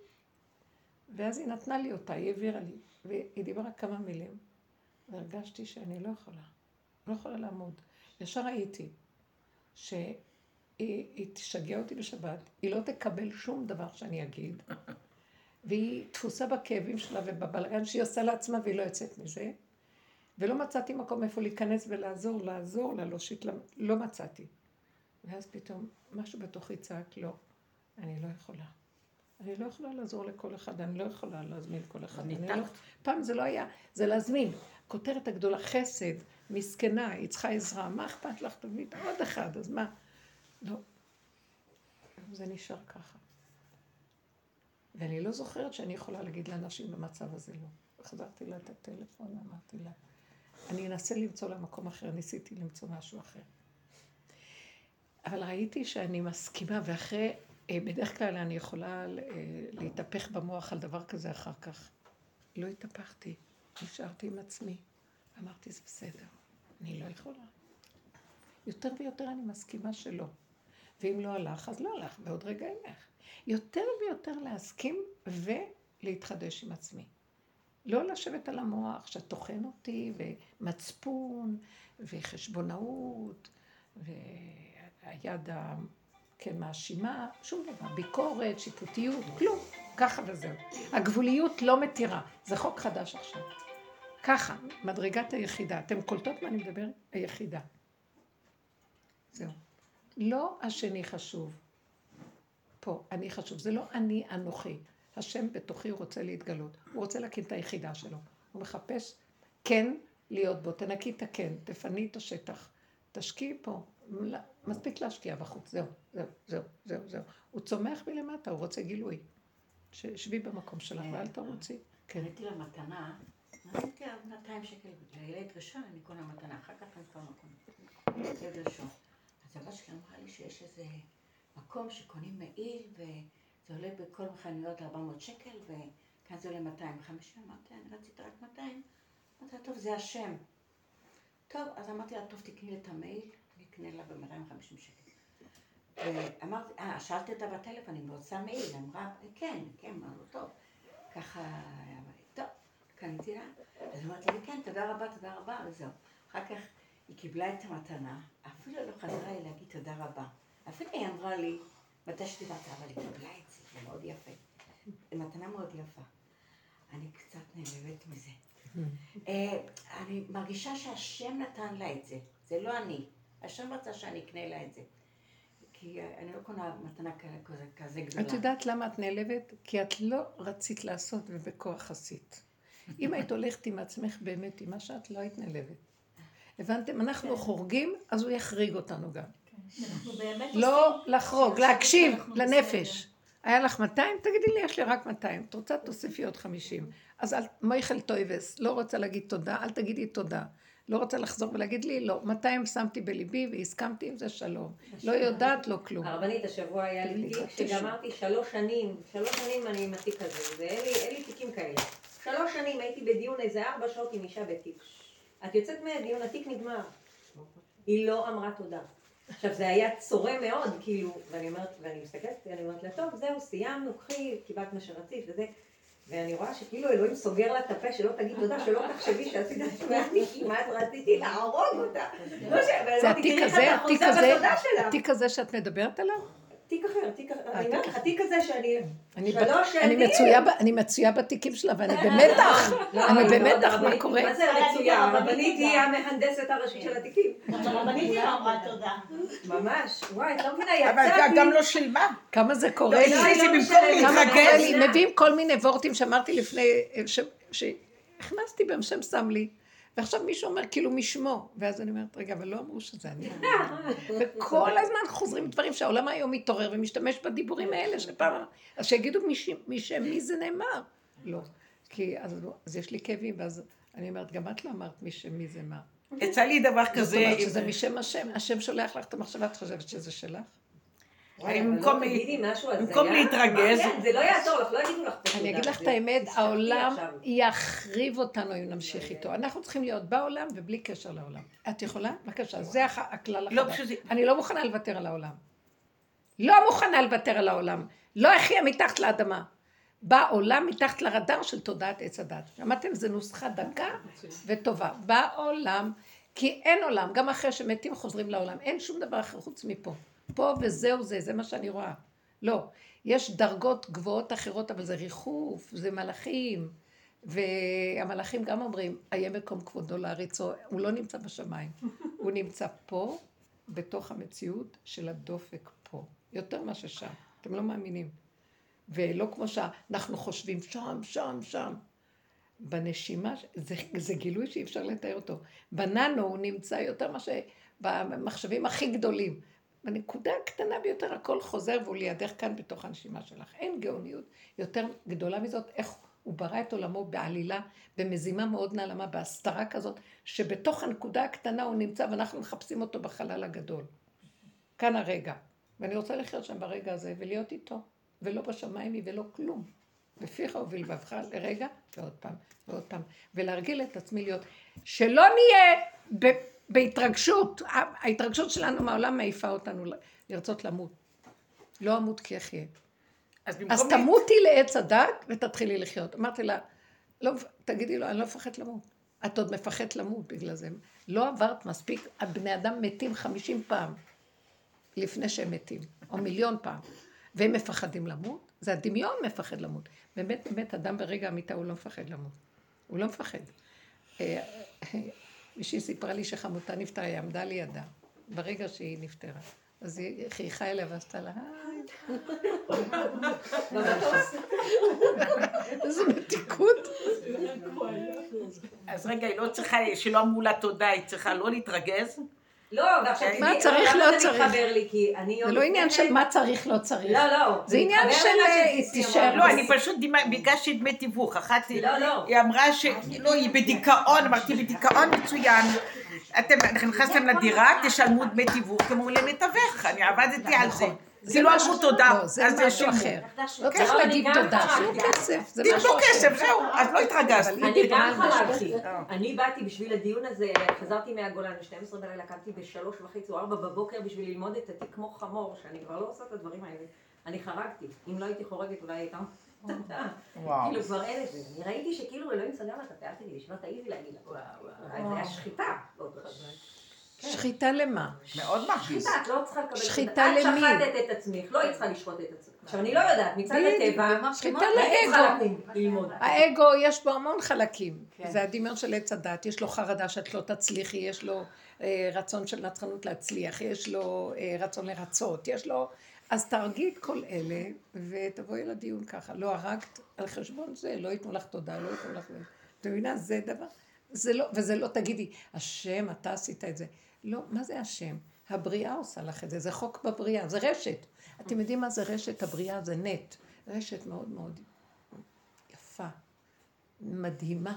ואז היא נתנה לי אותה, היא העבירה לי, והיא דיברה כמה מילים, והרגשתי שאני לא יכולה, לא יכולה לעמוד. ישר ראיתי שהיא היא תשגע אותי בשבת, היא לא תקבל שום דבר שאני אגיד, והיא תפוסה בכאבים שלה ובבלגן שהיא עושה לעצמה והיא לא יוצאת מזה, ולא מצאתי מקום איפה להיכנס ולעזור, לעזור לה, להושיט לה, לא מצאתי. ואז פתאום משהו בתוכי צעק, לא, אני לא יכולה. אני לא יכולה לעזור לכל אחד, אני לא יכולה להזמין כל אחד. אני לא... פעם זה לא היה, זה להזמין. כותרת הגדולה, חסד, מסכנה, היא צריכה עזרה, מה אכפת לך? תביא עוד אחד, אז מה? לא. זה נשאר ככה. ואני לא זוכרת שאני יכולה להגיד לאנשים במצב הזה לא. חזרתי לה את הטלפון, אמרתי לה, אני אנסה למצוא לה מקום אחר, ניסיתי למצוא משהו אחר. אבל ראיתי שאני מסכימה, ואחרי, בדרך כלל אני יכולה להתהפך במוח על דבר כזה אחר כך. לא התהפכתי, נשארתי עם עצמי. אמרתי, זה בסדר, אני לא יכולה. יותר ויותר אני מסכימה שלא. ואם לא הלך, אז לא הלך, ועוד רגע ילך. יותר ויותר להסכים ולהתחדש עם עצמי. לא לשבת על המוח שתוכן אותי, ומצפון, וחשבונאות, והיד כן, מאשימה, שום דבר, ביקורת, שיפוטיות, כלום, ככה וזהו. הגבוליות לא מתירה, זה חוק חדש עכשיו. ככה, מדרגת היחידה, אתם קולטות מה אני מדבר? היחידה. זהו. לא השני חשוב. פה, אני חשוב. זה לא אני אנוכי. השם בתוכי הוא רוצה להתגלות. הוא רוצה להקים את היחידה שלו. הוא מחפש כן להיות בו. תנקי את הכן, תפני את השטח. תשקיעי פה. מספיק להשקיע בחוץ. זהו, זהו, זהו, זהו, זהו. הוא צומח מלמטה, הוא רוצה גילוי. שבי במקום שלך ואל תרוצי. קניתי לה מתנה, נתתי לה מאתיים שקל לילד ראשון, אני קונה מתנה, אחר כך אני כבר מקום. ילד ראשון. אז הבת שלי אמרה לי שיש איזה מקום שקונים מעיל, וזה עולה בכל מחנויות ארבע מאות שקל, וכאן זה עולה מאתיים וחמישים. אמרתי, אני רציתי רק מאתיים. אמרתי לה, טוב, זה השם. טוב, אז אמרתי לה, טוב, תקני לי את המעיל, אני אקנה לה ב-מאתיים וחמישים שקל. ואמרתי, אה, שאלתי אותה בטלפון, אני רוצה מעיל, אמרה, כן, כן, אמרנו, טוב. ככה, טוב, קניתי לה, אז אמרתי לי, כן, תודה רבה, תודה רבה, וזהו. אחר כך היא קיבלה את המתנה, אפילו לא חזרה לי להגיד תודה רבה. אפילו היא אמרה לי, מתי שדיברת, אבל היא קיבלה את זה, זה מאוד יפה. מתנה מאוד יפה. אני קצת נעלבת מזה. אני מרגישה שהשם נתן לה את זה, זה לא אני. השם רצה שאני אקנה לה את זה. כי אני לא קונה מתנה כזה, כזה גדולה. את יודעת למה את נעלבת? כי את לא רצית לעשות ובכוח עשית. אם היית הולכת עם עצמך באמת, עם מה שאת לא היית נעלבת. הבנתם? אנחנו חורגים, אז הוא יחריג אותנו גם. לא לחרוג, להקשיב לנפש. היה לך מאתיים? תגידי לי, יש לי רק מאתיים. את רוצה, תוסיפי עוד חמישים. אז מויכל טויבס, לא רוצה להגיד תודה, אל תגידי תודה. לא רוצה לחזור ולהגיד לי, לא, מאתיים שמתי בליבי והסכמתי עם זה שלום. לא יודעת, לא כלום. הרבנית, השבוע היה לי תיק שגמרתי שלוש שנים, שלוש שנים אני עם התיק הזה, ואין לי תיקים כאלה. שלוש שנים הייתי בדיון איזה ארבע שעות עם אישה בתיק. את יוצאת מהדיון, התיק נגמר. היא לא אמרה תודה. עכשיו זה היה צורם מאוד, כאילו, ואני אומרת, ואני מסתכלת, ואני אומרת לה, טוב, זהו, סיימנו, קחי, קיבלת מה שרצית וזה. ואני רואה שכאילו אלוהים סוגר לה את הפה, שלא תגיד תודה, שלא תחשבי שעשית את זה, כמעט רציתי להרוג אותה. זה התיק הזה, התיק הזה, התיק הזה שאת מדברת עליו? תיק אחר, תיק אחר, התיק הזה שאני שלוש שנים... אני מצויה בתיקים שלה, ואני במתח, אני במתח, מה קורה? מה זה מצויה? הרבנית היא המהנדסת הראשית של התיקים. הרבנית היא אמרה תודה. ממש, וואי, את לא מבינה, יצאתי... אבל גם לא שילמה. כמה זה קורה לי. זה במקום להתרגל. מביאים כל מיני וורטים שאמרתי לפני, שהכנסתי בהם שם שם לי, ועכשיו מישהו אומר כאילו משמו, ואז אני אומרת, רגע, אבל לא אמרו שזה אני. וכל הזמן חוזרים דברים שהעולם היום מתעורר ומשתמש בדיבורים האלה שפעם, אז שיגידו משם מי זה נאמר. לא, כי אז יש לי כאבים, ואז אני אומרת, גם את לא אמרת משם מי זה מה. יצא לי דבר כזה... זאת אומרת שזה משם השם, השם שולח לך את המחשבה, את חושבת שזה שלך? במקום לא תגידי משהו הזיה. במקום להתרגז. כן, זה לא יעזור לך, לא יגידו לך. אני אגיד לך את האמת, העולם יחריב אותנו אם נמשיך איתו. אנחנו צריכים להיות בעולם ובלי קשר לעולם. את יכולה? בבקשה, זה הכלל החדש. אני לא מוכנה לוותר על העולם. לא מוכנה לוותר על העולם. לא אחיה מתחת לאדמה. בעולם מתחת לרדאר של תודעת עץ הדת. שמעתם? זו נוסחה דקה וטובה. בעולם, כי אין עולם, גם אחרי שמתים חוזרים לעולם. אין שום דבר אחר חוץ מפה. פה וזהו זה, זה מה שאני רואה. לא. יש דרגות גבוהות אחרות, אבל זה ריחוף, זה מלאכים. והמלאכים גם אומרים, היה מקום כבודו להריצו, הוא לא נמצא בשמיים. הוא נמצא פה, בתוך המציאות של הדופק פה. יותר מה ששם. אתם לא מאמינים. ולא כמו שאנחנו חושבים שם, שם, שם. בנשימה, זה, זה גילוי שאי אפשר לתאר אותו. בננו הוא נמצא יותר מה שבמחשבים הכי גדולים. בנקודה הקטנה ביותר הכל חוזר והוא לידך כאן בתוך הנשימה שלך. אין גאוניות יותר גדולה מזאת, איך הוא ברא את עולמו בעלילה, במזימה מאוד נעלמה, בהסתרה כזאת, שבתוך הנקודה הקטנה הוא נמצא ואנחנו מחפשים אותו בחלל הגדול. כאן הרגע. ואני רוצה לחיות שם ברגע הזה ולהיות איתו. ולא בשמיים ולא כלום. בפיך ובלבבך לרגע, ועוד פעם, ועוד פעם. ולהרגיל את עצמי להיות, שלא נהיה ב- בהתרגשות. ההתרגשות שלנו מהעולם מעיפה אותנו לרצות למות. לא אמות כי אחיה. אז, אז תמותי לעץ הדת ותתחילי לחיות. אמרתי לה, לא, תגידי לו, אני לא מפחד למות. את עוד מפחד למות בגלל זה. לא עברת מספיק, הבני אדם מתים חמישים פעם לפני שהם מתים, או מיליון פעם. והם מפחדים למות, זה הדמיון מפחד למות. באמת, באמת, אדם ברגע המיטה הוא לא מפחד למות. הוא לא מפחד. מישהי סיפרה לי שחמותה נפטרה, היא עמדה לידה, ברגע שהיא נפטרה. אז היא חייכה אליה ועשתה לה, היי. איזה מתיקות. אז רגע, היא לא צריכה, שלא אמרו לה תודה, היא צריכה לא להתרגז. לא, ועכשיו מה צריך, לא צריך. זה לא עניין של מה צריך, לא צריך. לא, לא. זה עניין של תישאר. לא, אני פשוט ביקשתי דמי תיווך. אחת, היא אמרה שלא, היא בדיכאון, אמרתי בדיכאון מצוין. אתם נכנסתם לדירה, תשלמו דמי תיווך, כמו למתווך, אני עבדתי על זה. זה לא אמרו תודה, לא, זה משהו אחר. לא צריך להגיד תודה, שום כסף, זה משהו אחר. תתנו כסף, זהו, אז לא התרגזתי. אני גם חלקתי. אני באתי בשביל הדיון הזה, חזרתי מהגולן, ב-שתים עשרה בלילה, קמתי בשלוש וחצי או ארבע בבוקר בשביל ללמוד את התיק כמו חמור, שאני כבר לא עושה את הדברים האלה. אני חרגתי. אם לא הייתי חורגת, אולי הייתה... כאילו כבר אין את זה. אני ראיתי שכאילו אלוהים סגר לה את הפה, אל תגידי, שלא תעיזי להגיד לה. זה היה שחיטה. שחיטה למה? מאוד מכניס. שחיטה, את לא צריכה לקבל... שחיטה למי? את שחטת את עצמך, לא היא צריכה לשחוט את עצמך. עכשיו, אני לא יודעת, מצד הטבע... שחיטה לאגו. האגו יש בו המון חלקים. זה הדמיון של עץ הדת. יש לו חרדה שאת לא תצליחי, יש לו רצון של נצחנות להצליח, יש לו רצון לרצות, יש לו... אז תרגי את כל אלה ותבואי לדיון ככה. לא הרגת על חשבון זה, לא ייתנו לך תודה, לא ייתנו לך... אתה מבינה, זה דבר... זה לא, וזה לא תגידי, השם, אתה עשית את זה. לא, מה זה השם? הבריאה עושה לך את זה, זה חוק בבריאה, זה רשת. אתם יודעים מה זה רשת? הבריאה זה נט. רשת מאוד מאוד יפה, מדהימה,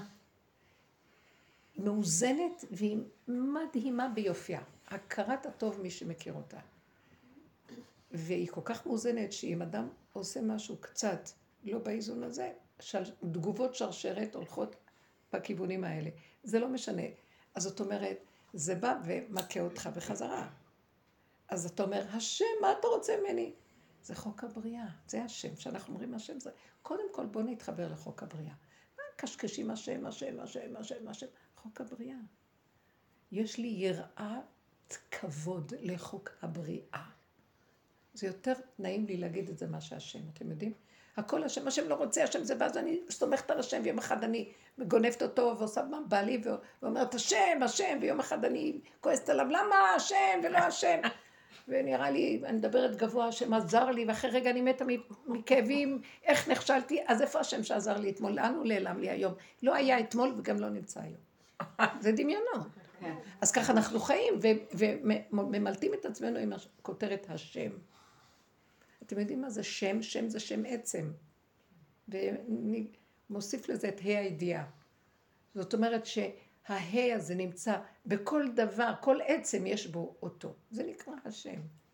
מאוזנת והיא מדהימה ביופייה. הכרת הטוב מי שמכיר אותה. והיא כל כך מאוזנת שאם אדם עושה משהו קצת לא באיזון הזה, של, תגובות שרשרת הולכות בכיוונים האלה. זה לא משנה. אז זאת אומרת, זה בא ומכה אותך בחזרה. אז אתה אומר, השם, מה אתה רוצה ממני? זה חוק הבריאה, זה השם. כשאנחנו אומרים השם, זה... קודם כל בוא נתחבר לחוק הבריאה. מה קשקשים השם, השם, השם, השם, השם? חוק הבריאה. יש לי יראת כבוד לחוק הבריאה. זה יותר נעים לי להגיד את זה מה שהשם, אתם יודעים? הכל השם, השם לא רוצה, השם זה, ואז אני סומכת על השם, ויום אחד אני מגונפת אותו ועושה מה בא לי, ואומרת השם, השם, ויום אחד אני כועסת עליו, למה השם ולא השם? ונראה לי, אני מדברת גבוה, השם עזר לי, ואחרי רגע אני מתה מכאבים, איך נכשלתי, אז איפה השם שעזר לי אתמול? לאן הוא נעלם לי היום? לא היה אתמול וגם לא נמצא היום. זה דמיונות. אז ככה אנחנו חיים, וממלטים את עצמנו עם הכותרת השם. אתם יודעים מה זה שם? שם זה שם עצם. ואני מוסיף לזה את ה' הידיעה. זאת אומרת שהה' הזה נמצא בכל דבר, כל עצם יש בו אותו. זה נקרא השם.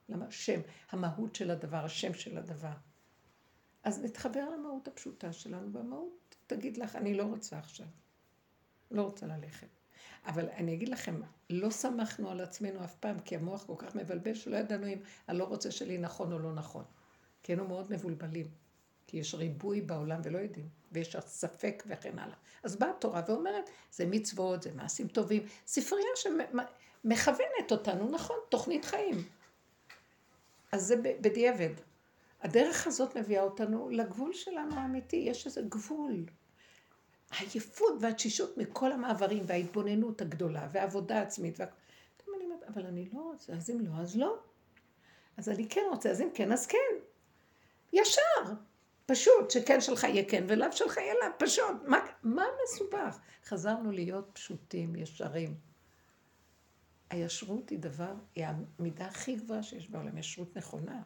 למה שם, המהות של הדבר, השם של הדבר. אז נתחבר למהות הפשוטה שלנו, והמהות תגיד לך, אני לא רוצה עכשיו. לא רוצה ללכת. אבל אני אגיד לכם, לא שמחנו על עצמנו אף פעם, כי המוח כל כך מבלבל, שלא ידענו אם הלא רוצה שלי נכון או לא נכון. כי היינו מאוד מבולבלים. כי יש ריבוי בעולם ולא יודעים, ויש ספק וכן הלאה. אז באה התורה ואומרת, זה מצוות, זה מעשים טובים, ספרייה שמכוונת אותנו, נכון, תוכנית חיים. אז זה בדיעבד. הדרך הזאת מביאה אותנו לגבול שלנו האמיתי, יש איזה גבול. העייפות והתשישות מכל המעברים וההתבוננות הגדולה והעבודה העצמית. וה... אבל אני לא רוצה, אז אם לא, אז לא. אז אני כן רוצה, אז אם כן, אז כן. ישר, פשוט, שכן שלך יהיה כן ולאו שלך יהיה לאו, פשוט. מה, מה מסובך? חזרנו להיות פשוטים, ישרים. הישרות היא דבר, היא המידה הכי גבוהה שיש בעולם, ישרות נכונה.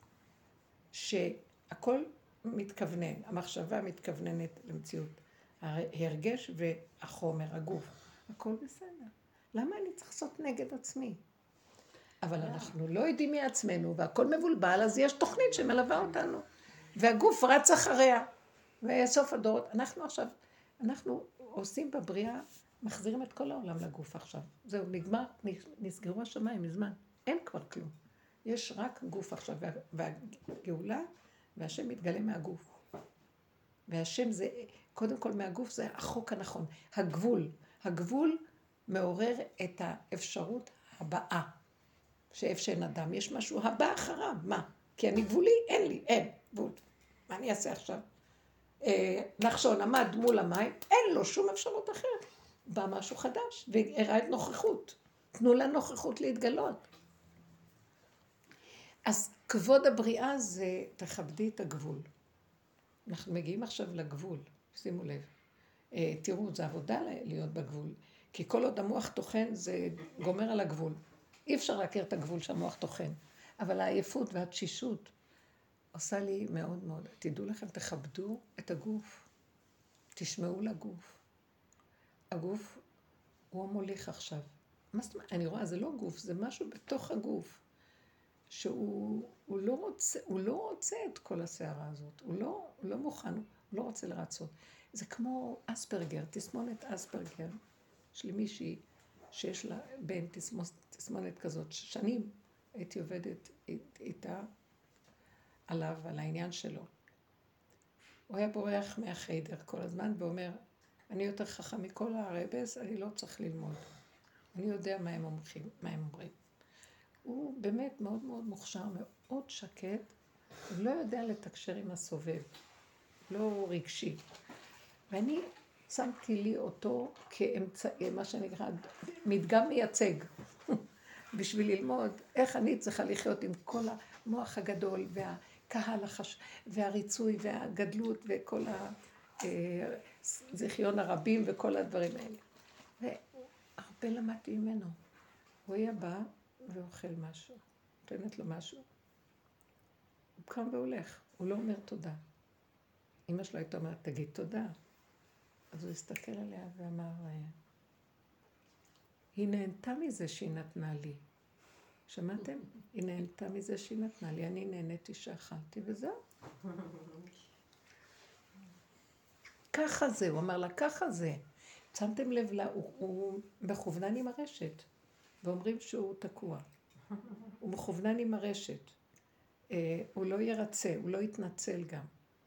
שהכל מתכוונן, המחשבה מתכווננת למציאות. ההרגש והחומר, הגוף, הכל בסדר. למה אני צריך לעשות נגד עצמי? אבל אנחנו לא יודעים מעצמנו, והכל מבולבל, אז יש תוכנית שמלווה אותנו. והגוף רץ אחריה. וסוף הדורות, אנחנו עכשיו, אנחנו עושים בבריאה, מחזירים את כל העולם לגוף עכשיו. זהו, נגמר, נסגרו השמיים מזמן. אין כבר כלום. יש רק גוף עכשיו, והגאולה, והשם מתגלה מהגוף. והשם זה, קודם כל מהגוף זה החוק הנכון, הגבול. הגבול מעורר את האפשרות הבאה, שאיפה שאין אדם, יש משהו הבא אחריו, מה? כי אני גבולי, אין לי, אין גבול. מה אני אעשה עכשיו? אה, נחשון עמד מול המים, אין לו שום אפשרות אחרת. בא משהו חדש, והראה את נוכחות. תנו לה נוכחות להתגלות. אז כבוד הבריאה זה תכבדי את הגבול. אנחנו מגיעים עכשיו לגבול, שימו לב. אה, תראו, זה עבודה להיות בגבול. כי כל עוד המוח תוכן זה גומר על הגבול. אי אפשר להכיר את הגבול שהמוח תוכן. אבל העייפות והתשישות עושה לי מאוד מאוד. תדעו לכם, תכבדו את הגוף. תשמעו לגוף. הגוף הוא המוליך עכשיו. מה זאת אומרת? אני רואה, זה לא גוף, זה משהו בתוך הגוף. שהוא הוא לא, רוצה, הוא לא רוצה את כל הסערה הזאת. הוא לא, הוא לא מוכן, הוא לא רוצה לרצות. זה כמו אספרגר, תסמונת אספרגר. יש לי מישהי שיש לה בן תסמונת כזאת, ששנים הייתי עובדת איתה עליו, על העניין שלו. הוא היה בורח מהחיידר כל הזמן ואומר, אני יותר חכם מכל הרבס, אני לא צריך ללמוד. אני יודע מה הם אומרים, מה הם אומרים. הוא באמת מאוד מאוד מוכשר, מאוד שקט, הוא לא יודע לתקשר עם הסובב, לא רגשי. ואני שמתי לי אותו כאמצעי, מה שנקרא, מדגם מייצג, בשביל ללמוד איך אני צריכה לחיות עם כל המוח הגדול והקהל החש... והריצוי והגדלות וכל הזיכיון הרבים וכל הדברים האלה. והרבה למדתי ממנו. הוא היה בא ואוכל משהו, נותנת לו משהו. הוא קם והולך, הוא לא אומר תודה. אמא שלו הייתה אומרת, תגיד תודה. אז הוא הסתכל עליה ואמר, היא נהנתה מזה שהיא נתנה לי. שמעתם? היא נהנתה מזה שהיא נתנה לי, אני נהניתי שאכלתי וזהו. ככה זה, הוא אמר לה, ככה זה. שמתם לב לה, הוא, הוא מכוונן עם הרשת, ואומרים שהוא תקוע. הוא מכוונן עם הרשת. אה, הוא לא ירצה, הוא לא יתנצל גם.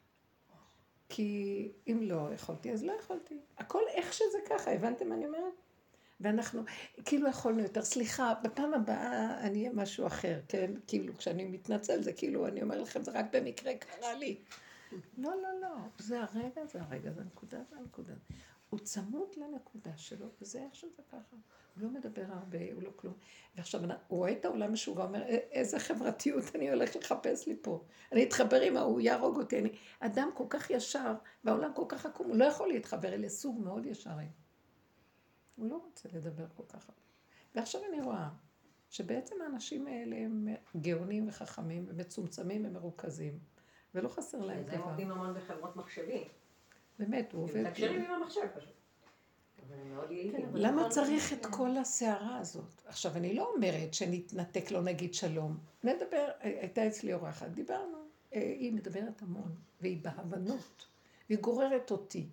כי אם לא יכולתי, אז לא יכולתי. הכל איך שזה ככה, הבנתם מה אני אומרת? ואנחנו, כאילו יכולנו יותר, סליחה, בפעם הבאה אני אהיה משהו אחר, כן? כאילו כשאני מתנצל, זה כאילו, אני אומר לכם, זה רק במקרה קרה לי. לא, לא, לא, זה הרגע, זה הרגע, זה הנקודה, זה הנקודה. הוא צמוד לנקודה שלו, וזה איך שזה ככה. הוא לא מדבר הרבה, הוא לא כלום. ועכשיו, הוא רואה את העולם משוגע, אומר, איזה חברתיות אני הולך לחפש לי פה. אני אתחבר עם ההוא, יהרוג אותי. אני אדם כל כך ישר, והעולם כל כך עקום, הוא לא יכול להתחבר, אלה סוג מאוד ישרים. הוא לא רוצה לדבר כל כך הרבה. ועכשיו אני רואה שבעצם האנשים האלה הם גאונים וחכמים, ומצומצמים ומרוכזים, ולא חסר להם דבר. הם עובדים המון בחברות מחשבים. באמת, הוא עובד... מתקשרים עם המחשב פשוט. אבל הם מאוד יעילים. למה צריך את כל הסערה הזאת? עכשיו, אני לא אומרת שנתנתק, לא נגיד שלום. נדבר, הייתה אצלי אורחת, דיברנו. היא מדברת המון, והיא בהבנות, והיא גוררת אותי.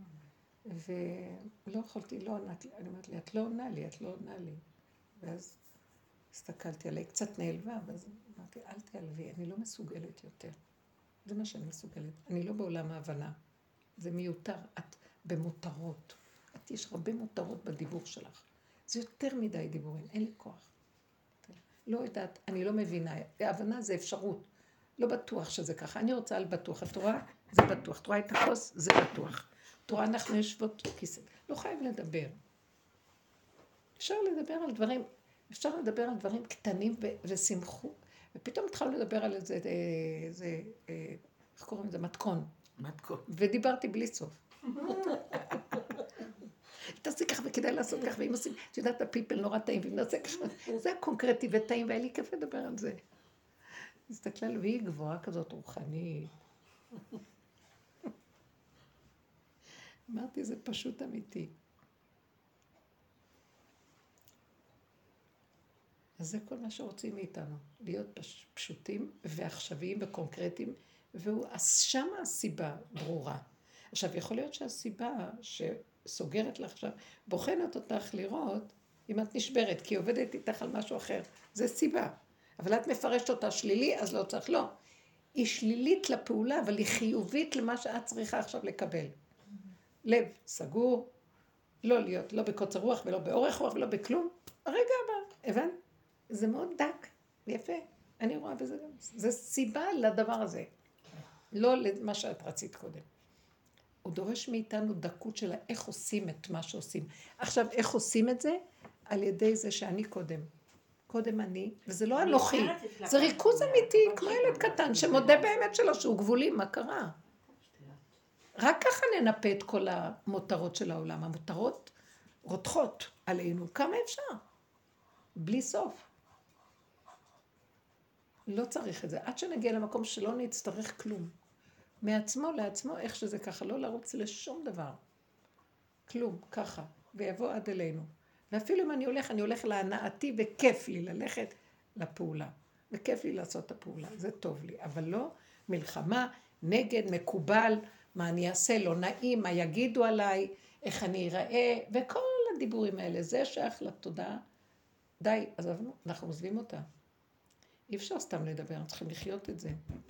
ולא יכולתי, לא עונת לי, אני אומרת לי, את לא עונה לי, את לא עונה לי. ואז הסתכלתי עליי, קצת נעלבה, ואז אמרתי, אל תעלבי, אני לא מסוגלת יותר. זה מה שאני מסוגלת. אני לא בעולם ההבנה. זה מיותר, את במותרות. את יש הרבה מותרות בדיבור שלך. זה יותר מדי דיבורים, אין לי כוח. לא יודעת, אני לא מבינה. ההבנה זה אפשרות. לא בטוח שזה ככה. אני רוצה על בטוח. את רואה? זה בטוח. את רואה את הכוס? זה בטוח. את רואה, אנחנו יושבות כיסא. לא חייב לדבר. אפשר לדבר על דברים, אפשר לדבר על דברים קטנים ו- ושמחו. ופתאום התחלנו לדבר על איזה, איזה, איך קוראים לזה? מתכון. מתכון. ודיברתי בלי סוף. תעשי ככה וכדאי לעשות ככה, ואם עושים, את יודעת, הפיפל נורא טעים, ואם נעשה ככה, זה קונקרטי וטעים, והיה לי כיף לדבר על זה. הסתכלה לו, והיא גבוהה כזאת רוחנית. אמרתי, זה פשוט אמיתי. אז זה כל מה שרוצים מאיתנו, להיות פש, פשוטים ועכשוויים וקונקרטיים, ושם הסיבה ברורה. עכשיו, יכול להיות שהסיבה שסוגרת לך עכשיו, בוחנת אותך לראות אם את נשברת, כי היא עובדת איתך על משהו אחר. זה סיבה. אבל את מפרשת אותה שלילי, אז לא צריך, לא. היא שלילית לפעולה, אבל היא חיובית למה שאת צריכה עכשיו לקבל. לב סגור, לא להיות, לא בקוצר רוח ולא באורך רוח ולא בכלום. הרגע הבא, הבנת? זה מאוד דק, יפה. אני רואה בזה גם. זה סיבה לדבר הזה. לא למה שאת רצית קודם. הוא דורש מאיתנו דקות של איך עושים את מה שעושים. עכשיו, איך עושים את זה? על ידי זה שאני קודם. קודם אני, וזה לא אנוכי. זה ריכוז אמיתי, כמו ילד קטן, שמודה באמת שלו שהוא גבולי, מה קרה? רק ככה ננפה את כל המותרות של העולם. המותרות רותחות עלינו. כמה אפשר? בלי סוף. לא צריך את זה. עד שנגיע למקום שלא נצטרך כלום. מעצמו לעצמו, איך שזה ככה, לא לרוץ לשום דבר. כלום, ככה. ויבוא עד אלינו. ואפילו אם אני הולך, אני הולך להנאתי, וכיף לי ללכת לפעולה. וכיף לי לעשות את הפעולה. זה טוב לי. אבל לא מלחמה, נגד, מקובל, מה אני אעשה, לא נעים, מה יגידו עליי, איך אני אראה, וכל הדיבורים האלה. זה שייך לתודעה. די, אז אנחנו עוזבים אותה. אי אפשר סתם לדבר, אנחנו צריכים לחיות את זה.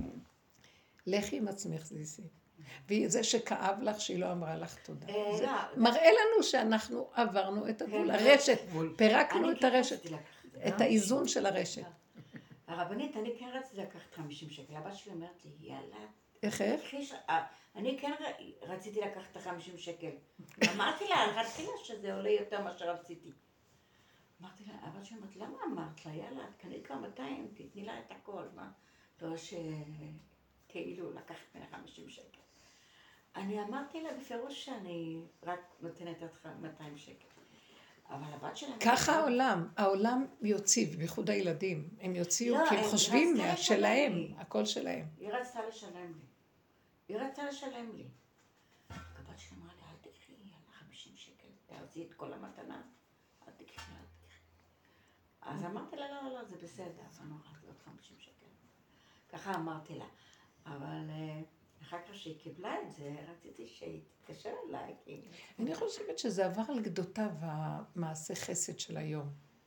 לכי עם עצמך, זיסי. וזה שכאב לך שהיא לא אמרה לך תודה. זה מראה לנו שאנחנו עברנו את הגבול, הרשת, פירקנו את הרשת, את האיזון של הרשת. הרבנית, אני כן רציתי לקחת חמישים שקל, הבת שלי אומרת לי, יאללה. איך איך? אני כן רציתי לקחת את החמישים שקל. אמרתי לה, רציתי לה שזה עולה יותר מה שרציתי. אמרתי לה, הבת שלי אומרת, למה אמרת לה, יאללה, קנית כבר מאתיים, תתני לה את הכל, מה? לא שכאילו לקחת ממנה חמישים שקל. אני אמרתי לה בפירוש שאני רק נותנת את מאתיים שקל. אבל הבת שלה... ככה העולם, העולם יוציב, בייחוד הילדים. הם יוציאו כי הם חושבים שלהם, הכל שלהם. היא רצתה לשלם לי. היא רצתה לשלם לי. הבת שלה אמרה לי, אל תקחי, יאללה, חמישים שקל, תעזי את כל המתנה. אל תקחי, אל תקחי. אז אמרתי לה, לא, לא, לא, זה בסדר. אז אני אמרתי עוד חמישים שקל. ככה אמרתי לה. אבל... אחר כך שהיא קיבלה את זה, רציתי שהיא תתקשר אליי. אני חושבת שזה עבר על גדותיו המעשה חסד של היום.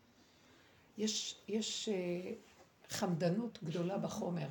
יש, יש חמדנות גדולה בחומר,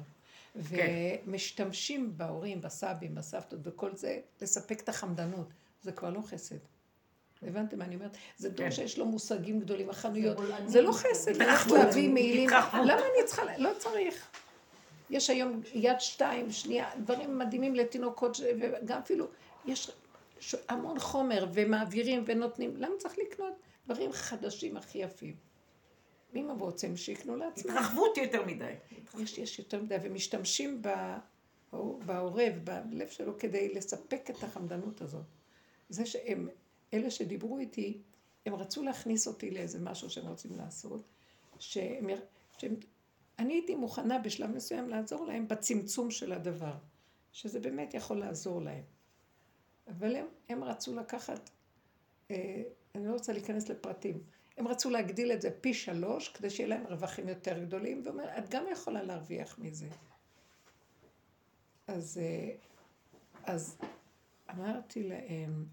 ומשתמשים בהורים, בסבים, בסבתות, בכל זה, לספק את החמדנות. זה כבר לא חסד. הבנתם מה אני אומרת? זה דור שיש לו מושגים גדולים, החנויות. זה לא חסד, ללכת להביא מעילים. למה אני צריכה? לא צריך. יש היום יד שתיים, שנייה, דברים מדהימים לתינוקות, וגם אפילו יש המון חומר ומעבירים ונותנים. למה צריך לקנות דברים חדשים הכי יפים? מי רוצים שיקנו לעצמם? התרחבות יותר מדי. יש, יש יותר מדי, ומשתמשים בעורב, בלב שלו, כדי לספק את החמדנות הזאת. זה שהם, אלה שדיברו איתי, הם רצו להכניס אותי לאיזה משהו שהם רוצים לעשות, שהם... שהם אני הייתי מוכנה בשלב מסוים לעזור להם בצמצום של הדבר, שזה באמת יכול לעזור להם. אבל הם, הם רצו לקחת אני לא רוצה להיכנס לפרטים. הם רצו להגדיל את זה פי שלוש, כדי שיהיה להם רווחים יותר גדולים, ואומר, את גם יכולה להרוויח מזה. אז, אז אמרתי להם,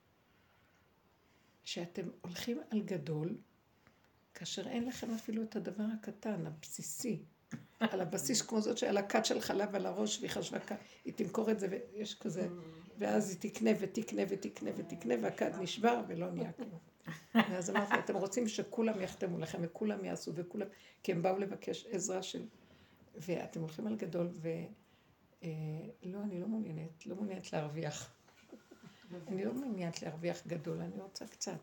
שאתם הולכים על גדול, כאשר אין לכם אפילו את הדבר הקטן, הבסיסי, על הבסיס כמו זאת שעל הכת של חלב על הראש, והיא חשבה, היא תמכור את זה, ויש כזה, ואז היא תקנה ותקנה ותקנה ותקנה, והכת נשבר ולא נהיה כלום. ואז אמרתי, אתם רוצים שכולם יחתמו לכם, וכולם יעשו, וכולם, כי הם באו לבקש עזרה של, ואתם הולכים על גדול, ולא, אני לא מעוניינת, לא מעוניינת להרוויח. אני לא מעוניינת להרוויח גדול, אני רוצה קצת.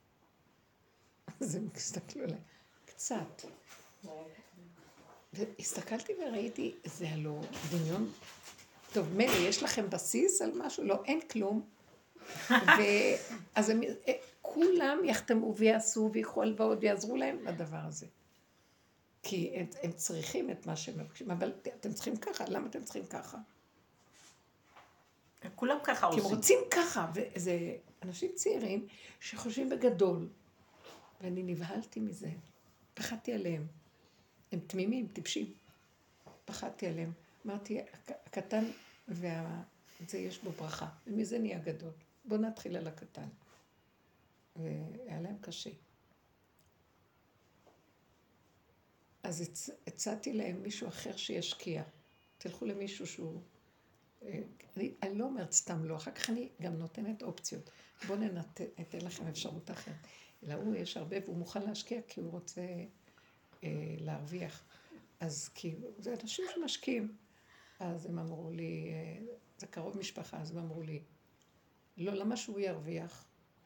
אז הם הסתכלו עליי, קצת. והסתכלתי וראיתי, זה הלא דמיון. טוב, מילא, יש לכם בסיס על משהו? לא, אין כלום. ואז הם, כולם יחתמו ויעשו ויקחו הלוואות ויעזרו להם לדבר הזה. כי הם, הם צריכים את מה שהם מבקשים, אבל אתם צריכים ככה, למה אתם צריכים ככה? כולם ככה עושים. כי הם רוצים ככה, וזה אנשים צעירים שחושבים בגדול. ואני נבהלתי מזה, פחדתי עליהם. הם תמימים, טיפשים. פחדתי עליהם. אמרתי, הקטן וזה יש בו ברכה, ומזה נהיה גדול. בואו נתחיל על הקטן. והיה להם קשה. אז הצ... הצעתי להם מישהו אחר שישקיע. תלכו למישהו שהוא... אני, אני לא אומרת סתם לא, אחר כך אני גם נותנת אופציות. בואו ניתן לכם אפשרות אחרת. אלא הוא יש הרבה והוא מוכן להשקיע כי הוא רוצה אה, להרוויח. אז כי זה אנשים שמשקיעים. אז הם אמרו לי, אה, זה קרוב משפחה, אז הם אמרו לי, לא, למה שהוא ירוויח?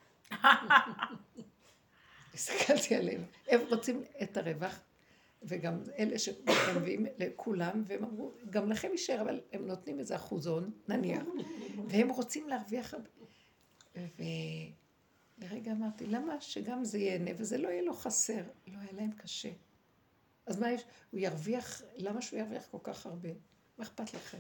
הסתכלתי עליהם. הם רוצים את הרווח, וגם אלה שהם מביאים לכולם, והם אמרו, גם לכם יישאר, אבל הם נותנים איזה אחוזון, נניח, והם רוצים להרוויח. ולרגע אמרתי, למה שגם זה ייהנה, וזה לא יהיה לו חסר, לא היה להם קשה. אז מה יש? הוא ירוויח, למה שהוא ירוויח כל כך הרבה? מה אכפת לכם?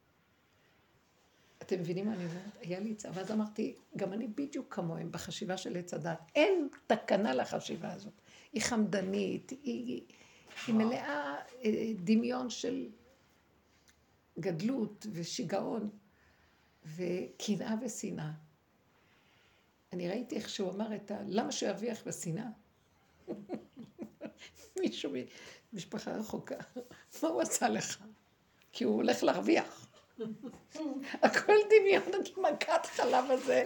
אתם מבינים מה אני אומרת? היה לי צעה, ואז אמרתי, גם אני בדיוק כמוהם בחשיבה של עץ הדת. אין תקנה לחשיבה הזאת. היא חמדנית, היא, היא מלאה דמיון של גדלות ושיגעון וקנאה ושנאה. אני ראיתי איך שהוא אמר את ה... למה שהוא ירוויח בשנאה? מישהו משפחה רחוקה. מה הוא עשה לך? כי הוא הולך להרוויח. הכל דמיון, את מכת חלב הזה.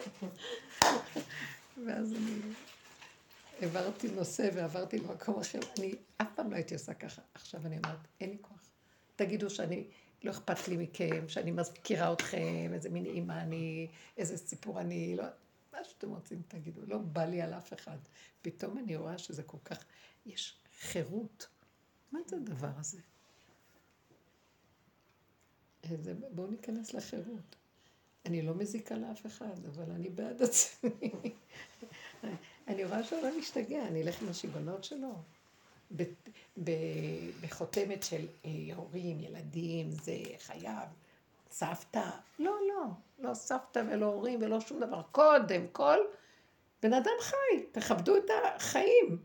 ואז אני העברתי נושא ועברתי למקום אחר. אני אף פעם לא הייתי עושה ככה. עכשיו אני אומרת, אין לי כוח. תגידו שאני, לא אכפת לי מכם, שאני מזכירה אתכם, איזה מין אימא אני, איזה סיפור אני, לא... מה שאתם רוצים תגידו, לא בא לי על אף אחד. פתאום אני רואה שזה כל כך, יש חירות. מה זה הדבר הזה? זה, בואו ניכנס לחירות. אני לא מזיקה לאף אחד, אבל אני בעד עצמי. אני רואה שהעולם משתגע, אני אלך עם השיגעונות שלו. ב, ב, בחותמת של אה, הורים, ילדים, זה חייב. סבתא? לא, לא. לא סבתא ולא הורים ולא שום דבר. קודם כל, בן אדם חי, תכבדו את החיים.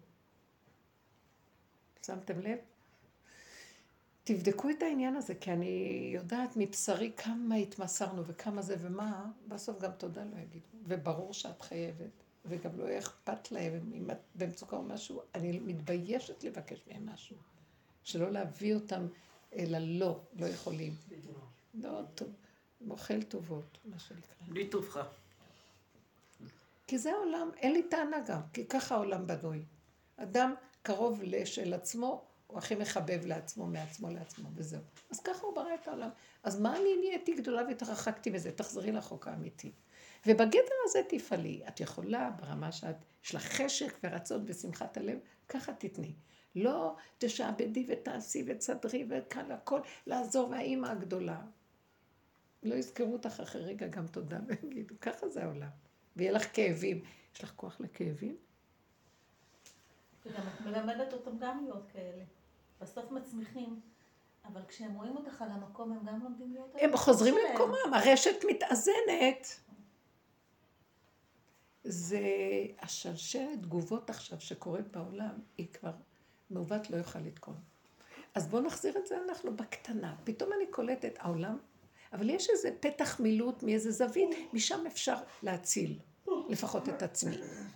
שמתם לב? תבדקו את העניין הזה, כי אני יודעת מבשרי כמה התמסרנו וכמה זה ומה, בסוף גם תודה לא יגידו. וברור שאת חייבת, וגם לא אכפת להם, אם את במצוקה או משהו, אני מתביישת לבקש מהם משהו. שלא להביא אותם אלא לא, לא יכולים. לא, טוב, מוכל טובות, מה שנקרא. בלי טובך. כי זה העולם, אין לי טענה גם, כי ככה העולם בנוי. אדם קרוב לשל עצמו, הוא הכי מחבב לעצמו, מעצמו לעצמו, וזהו. אז ככה הוא ברא את העולם. אז מה אני נהייתי גדולה והתרחקתי מזה? תחזרי לחוק האמיתי. ובגדר הזה תפעלי. את יכולה, ברמה שאת, יש לך חשק ורצון ושמחת הלב, ככה תתני. לא תשעבדי ותעשי ותסדרי וכאן הכל, לעזור והאימא הגדולה. לא יזכרו אותך אחרי רגע גם תודה ויגידו, ככה זה העולם. ויהיה לך כאבים. יש לך כוח לכאבים? וגם את מלמדת אותם גם להיות כאלה. בסוף מצמיחים, אבל כשהם רואים אותך על המקום, הם גם לומדים להיות... הם חוזרים למקומם, הרשת מתאזנת. זה השלשלת תגובות עכשיו שקורית בעולם, היא כבר מעוות לא יוכל לתקון. אז בואו נחזיר את זה אנחנו בקטנה. פתאום אני קולטת העולם, אבל יש איזה פתח מילוט מאיזה זווית, משם אפשר להציל, לפחות את עצמי.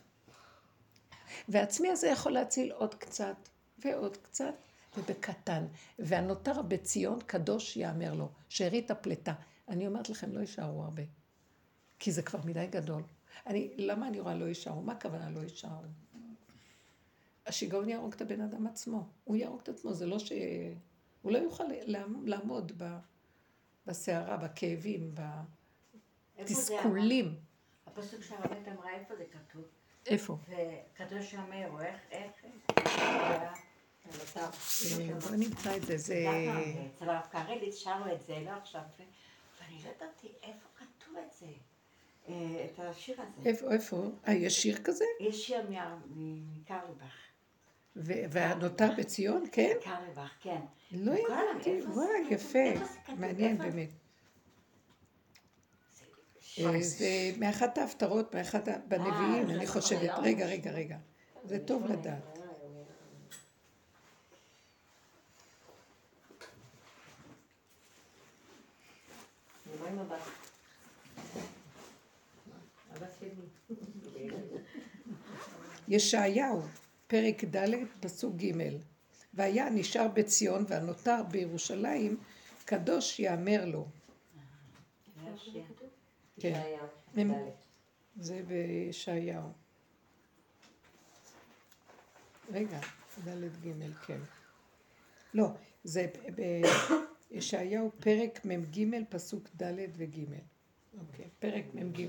והעצמי הזה יכול להציל עוד קצת ועוד קצת, ובקטן. והנותר בציון קדוש יאמר לו, שארית הפלטה. אני אומרת לכם, לא יישארו הרבה, כי זה כבר מדי גדול. אני, למה אני רואה לא יישארו? מה הכוונה לא יישארו? השיגעון יהרוג את הבן אדם עצמו. הוא יהרוג את עצמו, זה לא ש... הוא לא יוכל לעמוד ב... בסערה, בכאבים, בתסכולים. הפסוק שהרבנית אמרה, איפה זה כתוב? איפה? וקדוש יאמר, או איך, איך? בוא נמצא את זה, זה... אצל הרב קרליץ שרו את זה, לא עכשיו, ואני לא ידעתי איפה כתוב את זה, את השיר הזה. איפה, איפה? אה, יש שיר כזה? יש שיר מקרליבך. והנותר בציון, כן? קרליבך, כן. לא ידעתי, וואי, יפה, מעניין באמת. זה מאחת ההפטרות, מאחת בנביאים, אני חושבת. רגע, רגע, רגע. זה טוב לדעת. מה עם הבת? הבת שלי. ישעיהו, פרק ד', פסוק ג', והיה נשאר בציון והנותר בירושלים, קדוש יאמר לו. כן, זה בישעיהו. רגע, ד' ג', כן. לא, זה בישעיהו פרק מ"ג, פסוק ד' וג'. אוקיי, פרק מ"ג.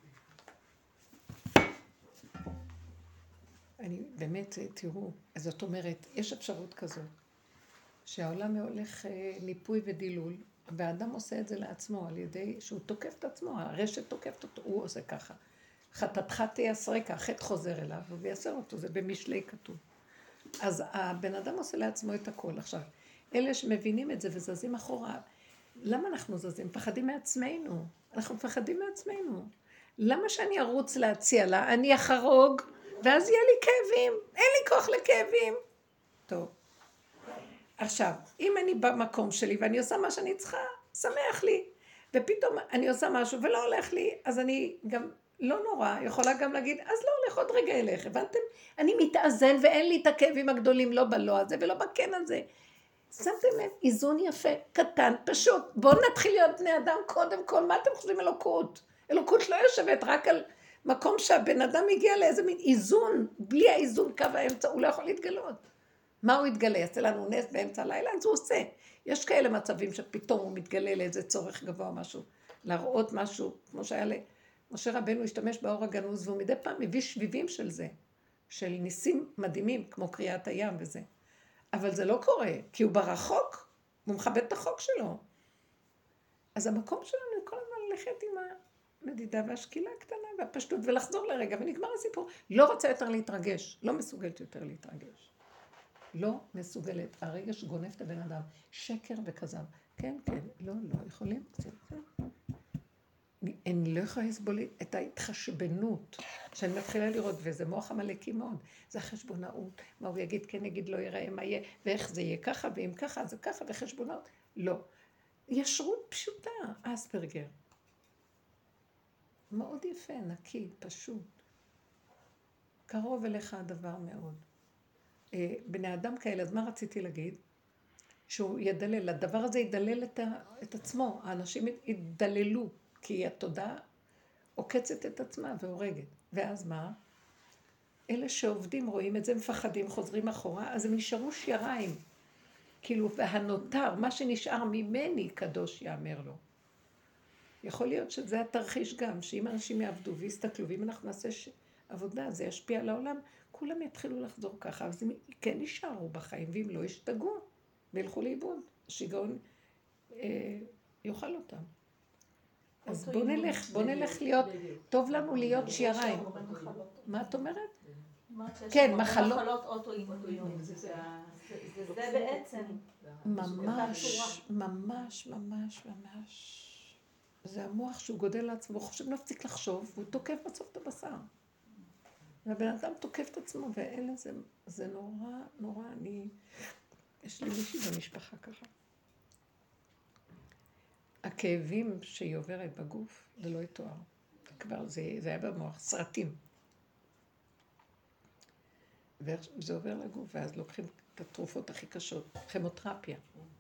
אני באמת, תראו, אז זאת אומרת, יש אפשרות כזאת, שהעולם הולך ניפוי ודילול, והאדם עושה את זה לעצמו, על ידי שהוא תוקף את עצמו, הרשת תוקפת אותו, הוא עושה ככה. חטאתך תייסרק, החטא חוזר אליו, ויסר אותו, זה במשלי כתוב. אז הבן אדם עושה לעצמו את הכל. עכשיו, אלה שמבינים את זה וזזים אחורה, למה אנחנו זזים? מפחדים מעצמנו. אנחנו מפחדים מעצמנו. למה שאני ארוץ להציע לה? אני אחרוג, ואז יהיה לי כאבים. אין לי כוח לכאבים. טוב. עכשיו, אם אני במקום שלי ואני עושה מה שאני צריכה, שמח לי. ופתאום אני עושה משהו ולא הולך לי, אז אני גם לא נורא, יכולה גם להגיד, אז לא הולך עוד רגע אליך, הבנתם? אני מתאזן ואין לי את הכאבים הגדולים, לא בלא הזה ולא בכן הזה. שמתם לב, איזון יפה, קטן, פשוט. בואו נתחיל להיות בני אדם קודם כל, מה אתם חושבים אלוקות? אלוקות לא יושבת רק על מקום שהבן אדם הגיע לאיזה מין איזון, בלי האיזון קו האמצע, הוא לא יכול להתגלות. מה הוא יתגלה? יעשה לנו נס באמצע הלילה, אז הוא עושה. יש כאלה מצבים שפתאום הוא מתגלה לאיזה צורך גבוה משהו, להראות משהו, כמו שהיה למשה רבנו השתמש באור הגנוז, והוא מדי פעם מביא שביבים של זה, של ניסים מדהימים, כמו קריאת הים וזה. אבל זה לא קורה, כי הוא ברחוק, הוא מכבד את החוק שלו. אז המקום שלנו הוא כל הזמן ללכת עם המדידה והשקילה הקטנה והפשטות, ולחזור לרגע, ונגמר הסיפור. לא רוצה יותר להתרגש, לא מסוגלת יותר להתרגש. לא מסוגלת, הרגש גונב את הבן אדם, שקר וכזב. כן, כן, לא, לא יכולים קצת. אני לא יכולה לסבול את ההתחשבנות שאני מתחילה לראות, וזה מוח המלאקי מאוד, זה החשבונאות, מה הוא יגיד, כן יגיד, לא יראה, מה יהיה, ואיך זה יהיה ככה, ואם ככה, זה ככה, וחשבונות, לא. ישרות פשוטה, אספרגר. מאוד יפה, נקי, פשוט. קרוב אליך הדבר מאוד. בני אדם כאלה, אז מה רציתי להגיד? שהוא ידלל, הדבר הזה ידלל את, ה, את עצמו, האנשים ידללו, כי התודעה עוקצת את עצמה והורגת. ואז מה? אלה שעובדים רואים את זה, מפחדים, חוזרים אחורה, אז הם נשארו שיריים. כאילו, והנותר, מה שנשאר ממני, קדוש יאמר לו. יכול להיות שזה התרחיש גם, שאם אנשים יעבדו ויסתכלו, ואם אנחנו נעשה ש... עבודה, זה ישפיע על העולם, כולם יתחילו לחזור ככה, אז הם כן נשארו בחיים, ואם לא ישתגעו, וילכו לאיבוד. השיגעון אה, יאכל אותם. אז בוא נלך, בוא נלך להיות, טוב לנו להיות שיריים. מה את אומרת? כן, מחלות. מחלות אוטואימוניות. זה בעצם. ממש, ממש, ממש, ממש. זה המוח שהוא גודל לעצמו, הוא חושב להפסיק לחשוב, והוא תוקף בסוף את הבשר. והבן אדם תוקף את עצמו, ואין לזה, זה נורא, נורא, אני, יש לי מישהי במשפחה ככה. הכאבים שהיא עוברת בגוף, זה לא יתואר. כבר זה, זה היה במוח, סרטים. וזה עובר לגוף, ואז לוקחים את התרופות הכי קשות, כימותרפיה,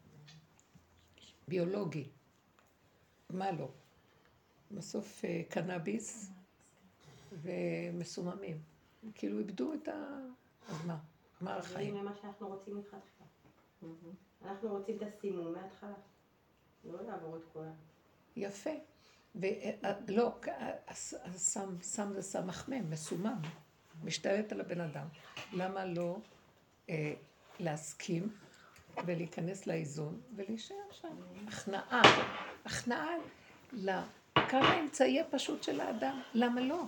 ביולוגי, מה לא? בסוף קנאביס ומסוממים. כאילו איבדו את ה... אז מה? מה החיים? זה מה שאנחנו רוצים מלכתחילה. אנחנו רוצים את הסימום מההתחלה. לא לעבור את כל ה... יפה. ולא, הסם, סם זה סם מחמם, מסומם, משתלט על הבן אדם. למה לא אה, להסכים ולהיכנס לאיזון ולהישאר שם? הכנעה, הכנעה לקו האמצעי הפשוט של האדם. למה לא?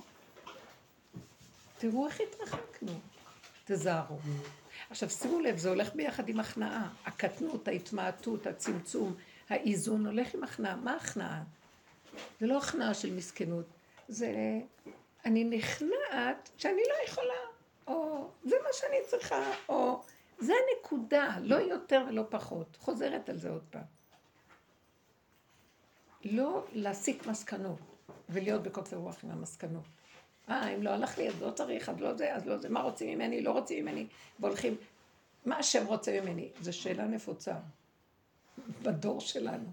תראו איך התרחקנו. תזהרו. עכשיו שימו לב, זה הולך ביחד עם הכנעה. הקטנות, ההתמעטות, הצמצום, האיזון הולך עם הכנעה. מה הכנעה? זה לא הכנעה של מסכנות. זה אני נכנעת שאני לא יכולה, או זה מה שאני צריכה, או זה הנקודה, לא יותר ולא פחות. חוזרת על זה עוד פעם. לא להסיק מסקנות ולהיות בקוצר רוח עם המסקנות. אה, אם לא הלך לי, אז לא צריך, אז לא זה, אז לא זה. מה רוצים ממני? לא רוצים ממני. והולכים, מה השם רוצה ממני? זו שאלה נפוצה. בדור שלנו.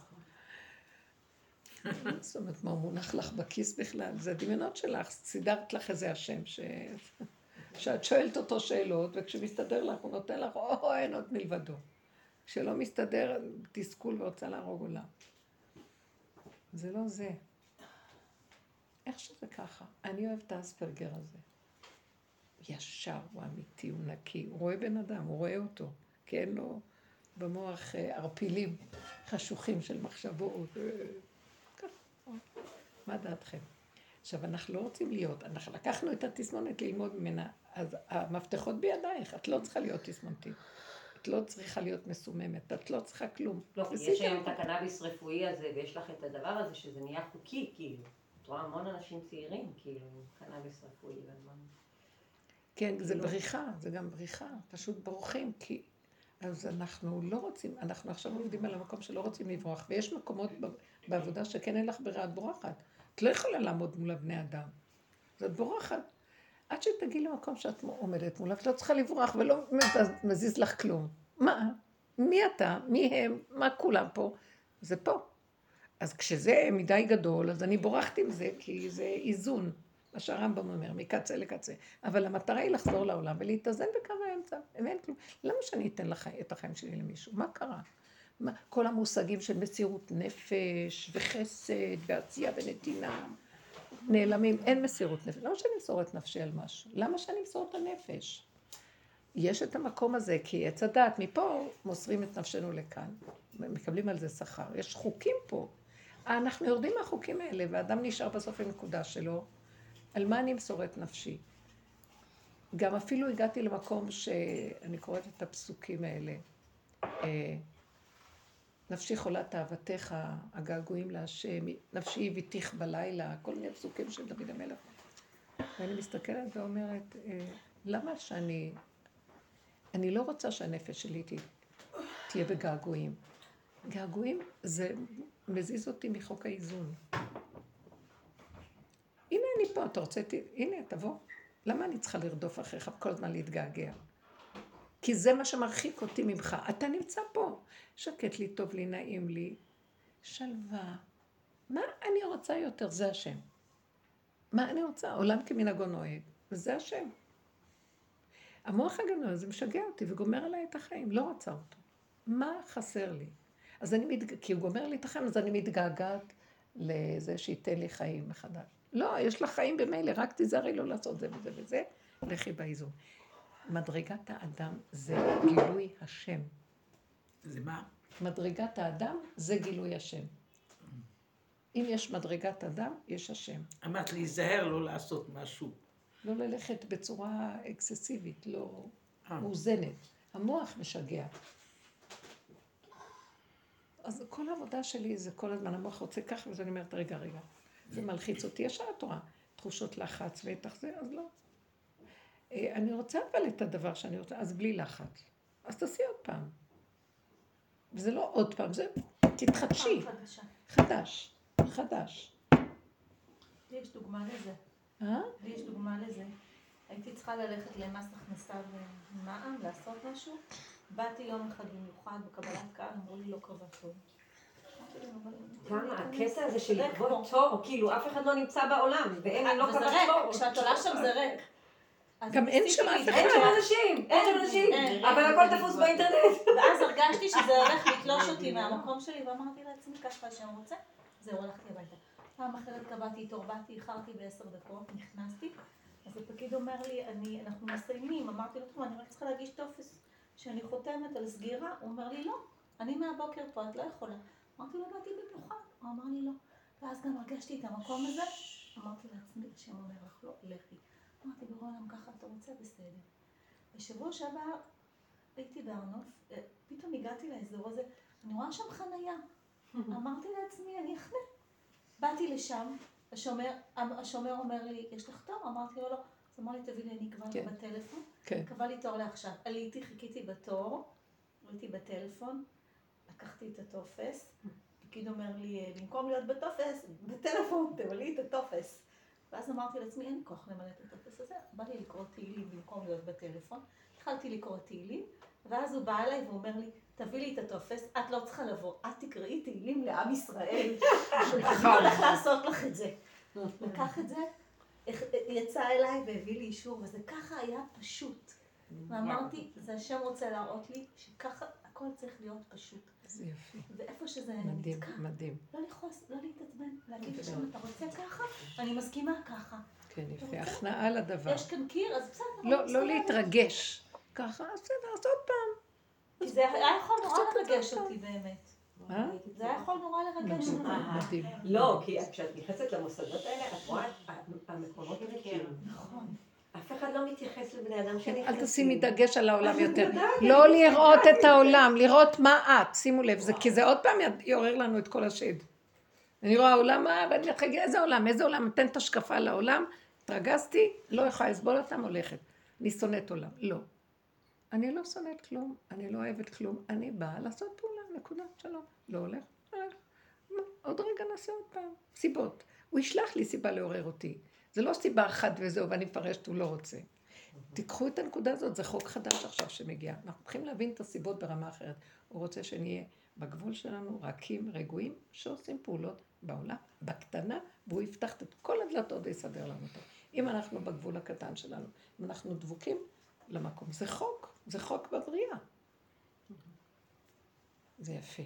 זאת אומרת, מה מונח לך בכיס בכלל? זה דמיונות שלך, סידרת לך איזה השם ש... שאת שואלת אותו שאלות, וכשמסתדר לך הוא נותן לך, או אין עוד מלבדו. כשלא מסתדר, תסכול ורוצה להרוג עולם. זה לא זה. איך שזה ככה? אני אוהב את האספרגר הזה. ישר, הוא אמיתי, הוא נקי, הוא רואה בן אדם, הוא רואה אותו, כי אין לו במוח ערפילים חשוכים של מחשבות. מה דעתכם? עכשיו, אנחנו לא רוצים להיות, אנחנו לקחנו את התסמונת ללמוד ממנה, אז המפתחות בידייך, את לא צריכה להיות תסמונתית, את לא צריכה להיות מסוממת, את לא צריכה כלום. לא, יש היום את הקנאביס רפואי הזה, ויש לך את הדבר הזה, שזה נהיה חוקי, כאילו. את רואה המון אנשים צעירים, כאילו, קנאביס רפואי. כן, זה בריחה, זה גם בריחה, פשוט בורחים, כי... אז אנחנו לא רוצים, אנחנו עכשיו עובדים על המקום שלא רוצים לברוח, ויש מקומות בעבודה שכן אין לך ברירה, את בורחת. את לא יכולה לעמוד מול הבני אדם. זאת בורחת. עד שתגיעי למקום שאת עומדת מולה, את לא צריכה לברוח ולא מזיז לך כלום. מה? מי אתה? מי הם? מה כולם פה? זה פה. אז כשזה מדי גדול, אז אני בורחת עם זה, כי זה איזון. מה שהרמב"ם אומר, מקצה לקצה. אבל המטרה היא לחזור לעולם ולהתאזן בקו האמצע. אין כלום. למה שאני אתן לך את החיים שלי למישהו? מה קרה? מה, כל המושגים של מסירות נפש וחסד ועשייה ונתינה נעלמים. אין מסירות נפש. למה שאני אמסור את נפשי על משהו? למה שאני אמסור את הנפש? יש את המקום הזה, כי עץ הדעת, מפה מוסרים את נפשנו לכאן. מקבלים על זה שכר. יש חוקים פה. אנחנו יורדים מהחוקים האלה, והאדם נשאר בסוף לנקודה שלו. על מה אני אמסור את נפשי? גם אפילו הגעתי למקום שאני קוראת את הפסוקים האלה. נפשי חולת אהבתך, הגעגועים להשם, נפשי הביתיך בלילה, כל מיני פסוקים של דוד המלך. ואני מסתכלת ואומרת, למה שאני... אני לא רוצה שהנפש שלי תהיה בגעגועים. געגועים זה מזיז אותי מחוק האיזון. הנה אני פה, אתה רוצה, הנה תבוא. למה אני צריכה לרדוף אחריך כל הזמן להתגעגע? כי זה מה שמרחיק אותי ממך. אתה נמצא פה. שקט לי, טוב לי, נעים לי. שלווה. מה אני רוצה יותר? זה השם. מה אני רוצה? עולם כמנהגו נוהג. וזה השם. המוח הגנוז הזה משגע אותי וגומר עליי את החיים. לא רוצה אותו. מה חסר לי? אז אני מתגעגעת, כי הוא גומר לי את החיים, אז אני מתגעגעת לזה שייתן לי חיים מחדש. לא, יש לך חיים במילא, רק תיזהרי לא לעשות זה וזה וזה, לכי באיזון. מדרגת האדם זה גילוי השם. זה מה? מדרגת האדם זה גילוי השם. אם יש מדרגת אדם, יש השם. אמרת להיזהר לא לעשות משהו. לא ללכת בצורה אקססיבית, לא מאוזנת. המוח משגע. אז כל העבודה שלי זה כל הזמן, המוח רוצה ככה, ואז אני אומרת, רגע, רגע. זה מלחיץ אותי, ישר את רואה. תחושות לחץ ואיתך זה, אז לא. אני רוצה אבל את הדבר שאני רוצה, אז בלי לחץ. אז תעשי עוד פעם. וזה לא עוד פעם, זה תתחדשי. חדש, חדש. לי יש דוגמה לזה. אה? לי יש דוגמה לזה. הייתי צריכה ללכת למס הכנסה ומע"מ, לעשות משהו. באתי יום אחד במיוחד בקבלת קהל, אמרו לי לא קבע טוב. כמה הקטע הזה של לקבוע תור, כאילו אף אחד לא נמצא בעולם, ואין לא קבע תור. כשאת עולה שם זה ריק. גם אין שם אף אחד. אין שם אנשים, אין שם אנשים, אבל הכל תפוס באינטרנט. ואז הרגשתי שזה הולך לתלוש אותי מהמקום שלי, ואמרתי לעצמי ככה שאני רוצה, זהו, הלכתי הביתה. פעם אחרת קבעתי תור, באתי, איחרתי בעשר דקות, נכנסתי, אז הפקיד אומר לי, אני, אנחנו מסיימים, אמרתי לו, אני רק צריכה להגיש טופס שאני חותמת על סגירה, הוא אומר לי, לא, אני מהבוקר פה, את לא יכולה. אמרתי לו, באתי במיוחד, הוא אמר לי לא. ואז גם הרגשתי את המקום הזה, אמרתי לעצמי, השם אומר לך, לא, לכי. אמרתי, ברולם, ככה אתה רוצה, בסדר. בשבוע שעבר הייתי בארנוף, פתאום הגעתי לאזור הזה, אני רואה שם חנייה. אמרתי לעצמי, אני אחנה. באתי לשם, השומר, השומר אומר לי, יש לך תור? אמרתי לו, לא. אז אמר לי, תביא לי, אני אקבע לך בטלפון. קבע לי תור לעכשיו. עליתי, חיכיתי בתור, עליתי בטלפון, לקחתי את הטופס, פקיד אומר לי, במקום להיות בטופס, בטלפון, תמלאי את הטופס. ואז אמרתי לעצמי, אין לי כוח למלא את הטופס הזה, בא לי לקרוא תהילים במקום להיות בטלפון. התחלתי לקרוא תהילים, ואז הוא בא אליי ואומר לי, תביא לי את הטופס, את לא צריכה לבוא, את תקראי תהילים לעם ישראל. אני הולך לעשות לך את זה. לקח את זה, יצא אליי והביא לי אישור, וזה ככה היה פשוט. ואמרתי, זה השם רוצה להראות לי שככה הכל צריך להיות פשוט. זה יפי. ואיפה שזה מדהים, נתקע, מדהים. לא לכעוס, לא להתעצבן, להגיד לשם, אתה רוצה ככה? אני מסכימה ככה. כן, יפי, הכנעה לדבר. יש כאן קיר, אז בסדר. לא, לא להתרגש. ככה, אז בסדר, אז עוד פעם. כי זה היה יכול נורא לרגש אותי באמת. אה? זה היה יכול נורא לרגש אותי. מדהים. לא, כי כשאת נכנסת למוסדות האלה, את רואה, המקומות האלה כאילו. נכון. אף אחד לא מתייחס לבני אדם שנכנסים. אל תשימי דגש על העולם יותר. לא לראות את העולם, לראות מה את. שימו לב, כי זה עוד פעם יעורר לנו את כל השד. אני רואה העולם, ואני אומרת, איזה עולם, איזה עולם, נותן את השקפה לעולם, התרגזתי, לא יכולה לסבול אותם, הולכת. אני שונאת עולם. לא. אני לא שונאת כלום, אני לא אוהבת כלום, אני באה לעשות פעולה, נקודה, שלום. לא הולך, הולך. עוד רגע נעשה עוד פעם. סיבות. הוא ישלח לי סיבה לעורר אותי. זה לא סיבה אחת וזהו, ואני מפרשת, הוא לא רוצה. תיקחו את הנקודה הזאת, זה חוק חדש עכשיו שמגיע. אנחנו צריכים להבין את הסיבות ברמה אחרת. הוא רוצה שנהיה בגבול שלנו, רכים, רגועים, שעושים פעולות בעולם, בקטנה, והוא יפתח את כל הדלתות ויסדר לנו אותו. אם אנחנו בגבול הקטן שלנו, אם אנחנו דבוקים למקום, זה חוק, זה חוק בבריאה. זה יפה.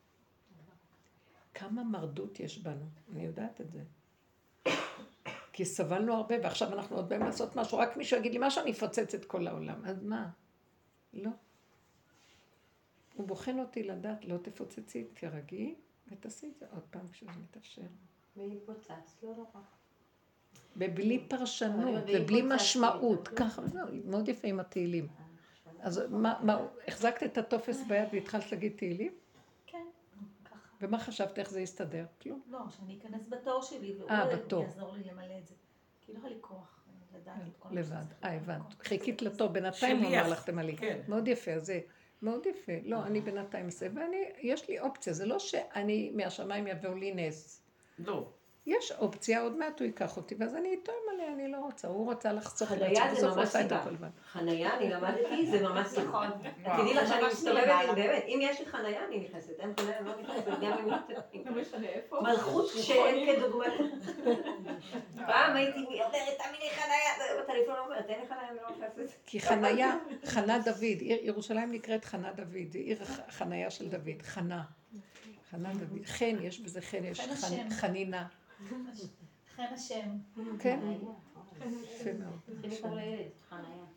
כמה מרדות יש בנו, אני יודעת את זה. כי סבלנו הרבה, ועכשיו אנחנו עוד באים לעשות משהו, רק מישהו יגיד לי משהו, אני אפוצץ את כל העולם. אז מה? לא. הוא בוחן אותי לדעת, לא תפוצצי, תרגעי, ותעשי את זה עוד פעם כשזה מתאפשר. ולהתפוצץ, לא נורא. ובלי פרשנות, ובלי משמעות, ככה, מאוד יפה עם התהילים. אז מה, החזקת את הטופס ביד והתחלת להגיד תהילים? כן, ככה. ומה חשבת, איך זה יסתדר? כלום. לא, שאני אכנס בתור שלי, והוא יעזור לי למלא את זה. כי לא היה לי כוח לדעת את כל מה לבד, אה, הבנת. חיכית לתור, בינתיים הוא אמר לך תמלא. מאוד יפה, אז זה מאוד יפה. לא, אני בינתיים עושה, ואני, יש לי אופציה, זה לא שאני מהשמיים יבואו לי נס. לא. יש אופציה, עוד מעט הוא ייקח אותי, ואז אני איתו מלא, אני לא רוצה, הוא רוצה לחסוך את חנייה זה ממש סיבה. חנייה, אני למדתי, זה ממש נכון. תדעי לך שאני מסתובבת, באמת, אם יש לי חנייה, אני נכנסת, אין חנייה, אני לא נכנסת, גם אם לא משנה איפה. מלכות שאין כדוגמת. פעם הייתי אומרת, תמי לי חנייה, בטלפון אומרת, אין לי חנייה, אני לא נכנסת. כי חנייה, חנה דוד, ירושלים נקראת חנה דוד, זה עיר החנייה של דוד, חנה. חנה דוד, חן, יש בזה חן, יש חנינה. חן השם. כן. יפה מאוד. תחילי כבר לילד, חניה.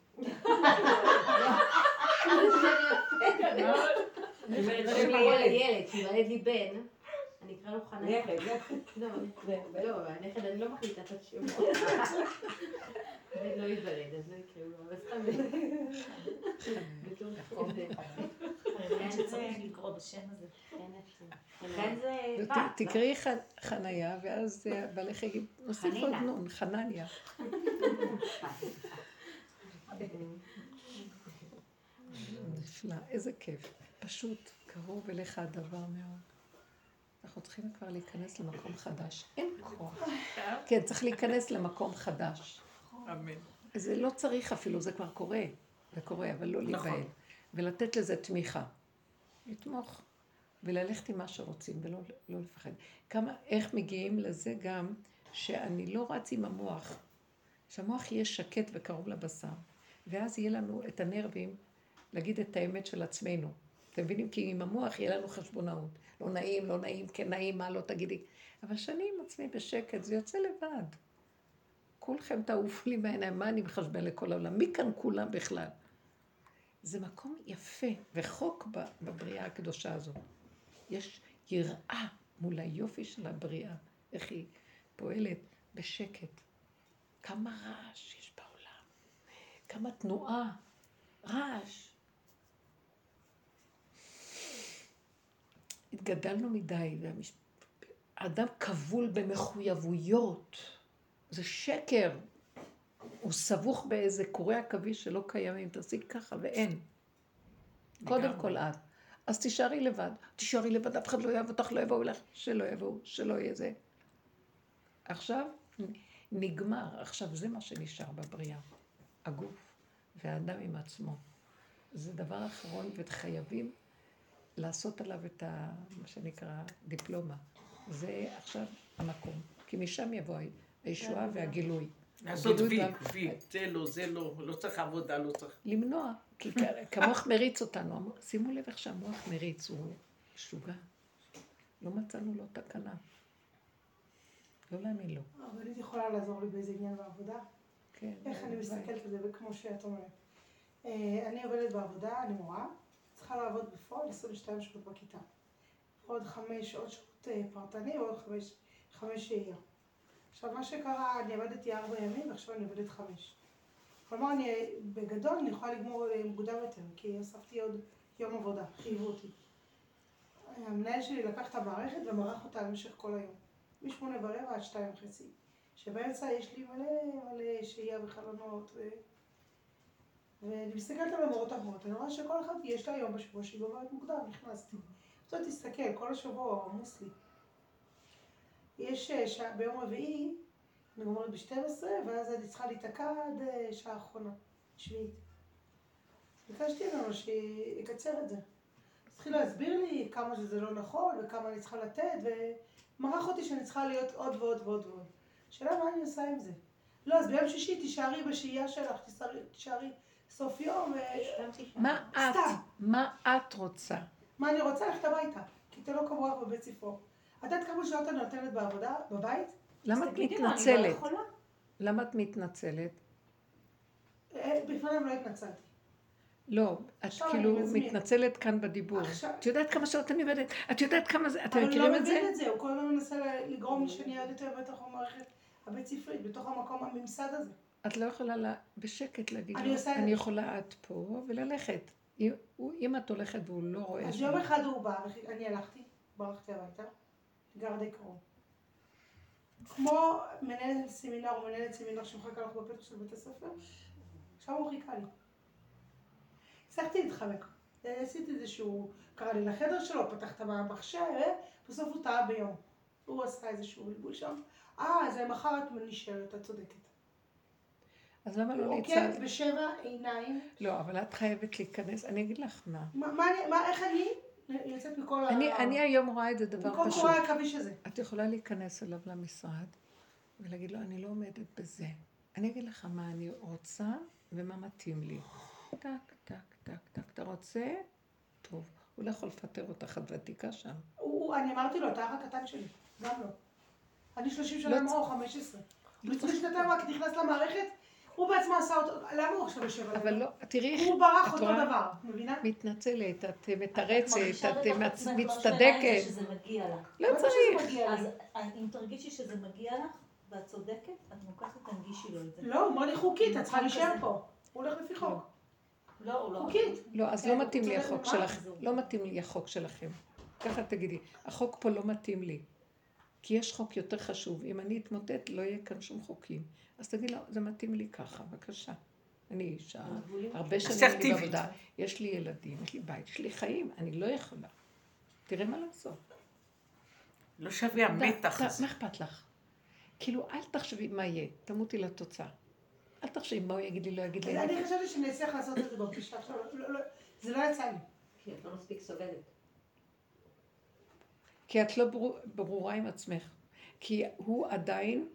ילד, שיוולד לי בן, אני אקרא לו חניה. לא, הנכד, אני לא מחליטה את השם. זה לא ייוולד, אז לא יקראו לו, אבל סתם. בתור חום זה חניה שצריך לקרוא בשם הזה. חן זה... תקראי חניה, ואז בעלך יגיד, נוסיף עוד נון, חנניה. נפלא, איזה כיף. פשוט קרוב אליך הדבר מאוד. אנחנו צריכים כבר להיכנס למקום חדש. אין כוח. כן, צריך להיכנס למקום חדש. אמן. זה לא צריך אפילו, זה כבר קורה. זה קורה, אבל לא להיבהל. ולתת לזה תמיכה. לתמוך. וללכת עם מה שרוצים, ולא לא לפחד. כמה, איך מגיעים לזה גם, שאני לא רץ עם המוח. שהמוח יהיה שקט וקרוב לבשר. ואז יהיה לנו את הנרבים להגיד את האמת של עצמנו. אתם מבינים? כי עם המוח יהיה לנו חשבונאות. לא נעים, לא נעים, כן נעים, מה לא תגידי. אבל שאני עם עצמי בשקט, זה יוצא לבד. כולכם תעופו לי בעיניים, מה אני מחשבן לכל העולם? מי כאן כולם בכלל? זה מקום יפה וחוק בבריאה הקדושה הזאת. יש יראה מול היופי של הבריאה, איך היא פועלת בשקט. כמה רעש יש בעולם, כמה תנועה, רעש. התגדלנו מדי, האדם כבול במחויבויות, זה שקר. הוא סבוך באיזה קורי עכביש שלא קיימים, תעשי ככה ואין. קודם כל את. אז תישארי לבד, תישארי לבד, אף אחד לא יאהב אותך, לא יבואו לך, שלא יבואו, שלא יהיה זה. עכשיו נגמר, עכשיו זה מה שנשאר בבריאה, הגוף והאדם עם עצמו. זה דבר אחרון וחייבים לעשות עליו את ה, מה שנקרא דיפלומה. זה עכשיו המקום, כי משם יבוא הישועה והגילוי. לעשות וי, וי, זה לא, זה לא, לא צריך עבודה, לא צריך. למנוע, כי כמוח מריץ אותנו. שימו לב איך שהמוח מריץ, הוא שוגע. לא מצאנו לו תקנה. לא להאמין לו. אבל את יכולה לעזור לי באיזה עניין בעבודה? כן. איך אני מסתכלת על זה, וכמו שאת אומרת. אני עובדת בעבודה, אני מורה, צריכה לעבוד בפועל עשרים ושתיים שעות בכיתה. עוד חמש, עוד שעות פרטני, ועוד חמש, חמש שהייה. עכשיו, מה שקרה, אני עבדתי ארבע ימים, ועכשיו אני עובדת חמש. כלומר, אני, בגדול, אני יכולה לגמור מוקדם יותר, כי הוספתי עוד יום עבודה, חייבו אותי. המנהל שלי לקח את המערכת ומרח אותה במשך כל היום. משמונה ורבע עד שתיים וחצי. שבאמצע יש לי מלא מלא שהייה וחלונות, ו... ואני מסתכלת על המורות האחרות, אני רואה שכל אחד יש לה יום בשבוע שהיא עובדת מוקדם, נכנסתי. זאת תסתכל, כל השבוע עמוס לי. יש שעה, ביום רביעי, אני גומרת ב-שתים עשרה, ואז אני צריכה להתעקע עד שעה האחרונה, שביעית. ביקשתי ממנו שיקצר את זה. התחיל להסביר לי כמה שזה לא נכון, וכמה אני צריכה לתת, ומרח אותי שאני צריכה להיות עוד ועוד ועוד ועוד. שאלה מה אני עושה עם זה? לא, אז ביום שישי תישארי בשהייה שלך, תישארי סוף יום, מה את? מה את רוצה? מה אני רוצה? ללכת הביתה, כי אתה לא קבוע בבית ספרו. את יודעת כמה שעות אני נותנת בעבודה, בבית? למה את מתנצלת? למה את מתנצלת? בפניהם לא התנצלתי. לא, את כאילו מתנצלת כאן בדיבור. את יודעת כמה שעות אני עובדת? את יודעת כמה זה? אתם מכירים את זה? אבל לא מבין את זה, הוא כל הזמן מנסה לגרום לי שאני עוד יותר בתוך המערכת הבית ספרית, בתוך המקום הממסד הזה. את לא יכולה בשקט להגיד, אני יכולה את פה וללכת. אם את הולכת והוא לא רואה... אז יום אחד הוא בא, אני הלכתי, ברחתי הביתה, גר די קרוב. כמו מנהלת סמינר או מנהלת סמינר שמחכה לך בפתח של בית הספר, עכשיו הוא חיכה לי. הצלחתי להתחמק. עשיתי איזשהו, קרא לי לחדר שלו, פתח את המחשב, בסוף הוא טעה ביום. הוא עשה איזשהו בלבול שם. אה, זה מחר את נשארת, את צודקת. אז למה לא ניצלת? עוקבת בשבע עיניים. לא, אבל את חייבת להיכנס, אני אגיד לך מה. מה, איך אני יוצאת מכל ה... אני היום רואה את זה דבר פשוט. מכל קורי העכביש הזה. את יכולה להיכנס אליו למשרד, ולהגיד לו, אני לא עומדת בזה. אני אגיד לך מה אני רוצה ומה מתאים לי. טק, טק, טק, טק. אתה רוצה? טוב. הוא לא יכול לפטר אותך, את ותיקה שם. אני אמרתי לו, אתה האח הקטן שלי. גם לא. אני שלושים שנה מורה, חמש עשרה. הוא לפני שנתיים רק נכנס למערכת, הוא בעצמו עשה אותו, למה הוא עכשיו יושב עליו? אבל לא, תראי, הוא ברח אותו דבר, מבינה? מתנצלת, את מתרצת, את מצטדקת. שזה מגיע לך. לא צריך. אז אם תרגישי שזה מגיע לך, ואת צודקת, את מוקחת, תנגישי לו את זה. לא, הוא אומר לי חוקית, את צריכה להישאר פה. הוא הולך לפי חוק. לא, הוא לא. חוקית. לא, אז לא מתאים לי החוק שלכם. לא מתאים לי החוק שלכם. ככה תגידי, החוק פה לא מתאים לי. כי יש חוק יותר חשוב. אם אני אתמוטט, לא יהיה כאן שום חוקים. אז תגיד לו, זה מתאים לי ככה, בבקשה. אני אישה, הרבה שנים אני אסרטיבית. בעבודה, יש לי ילדים, יש לי בית, יש לי חיים, אני לא יכולה. תראה מה לעשות. לא שווה המתח הזה. מה אכפת לך? כאילו, אל תחשבי מה יהיה, תמותי לתוצאה. אל תחשבי מה הוא יגיד לי, לא יגיד לי. אני חשבתי שאני אצליח לעשות את זה בפגישה עכשיו, זה לא יצא לי. כי את לא מספיק סובלת. כי את לא ברורה עם עצמך. כי הוא עדיין,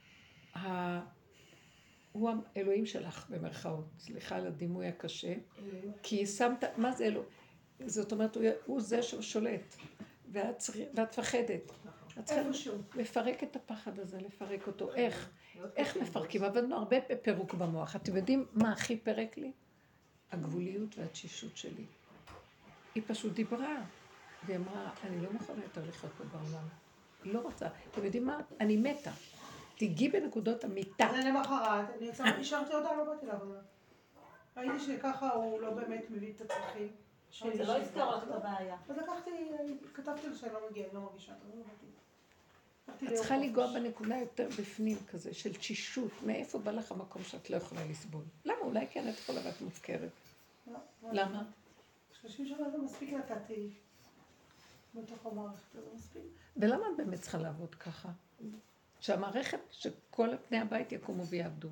הוא האלוהים שלך במרכאות. סליחה על הדימוי הקשה. כי שמת, מה זה אלוהים? זאת אומרת, הוא זה ששולט. ואת מפחדת. את צריכה לפרק את הפחד הזה, לפרק אותו. איך? איך מפרקים? עבדנו הרבה בפירוק במוח. אתם יודעים מה הכי פרק לי? הגבוליות והתשישות שלי. היא פשוט דיברה. והיא אמרה, אני לא מוכנה יותר לחיות פה בעולם. היא לא רוצה. אתם יודעים מה? אני מתה. תיגעי בנקודות המיטה. אז למחרת, אני השארתי אותה, לא באתי לעבודה. ראיתי שככה הוא לא באמת מביא את הצרכים. זה לא יזכר לך את הבעיה. אז לקחתי, כתבתי לו שאני לא מגיעה, אני לא מרגישה, אני לא באתי. את צריכה לגוע בנקודה יותר בפנים כזה, של תשישות. מאיפה בא לך המקום שאת לא יכולה לסבול? למה? אולי כן את יכולה ואת מופקרת. למה? שלושים שנה זה מספיק נתתי בתוך המערכת, זה מספיק. ולמה את באמת צריכה לעבוד ככה? שהמערכת, שכל פני הבית יקומו ויעבדו.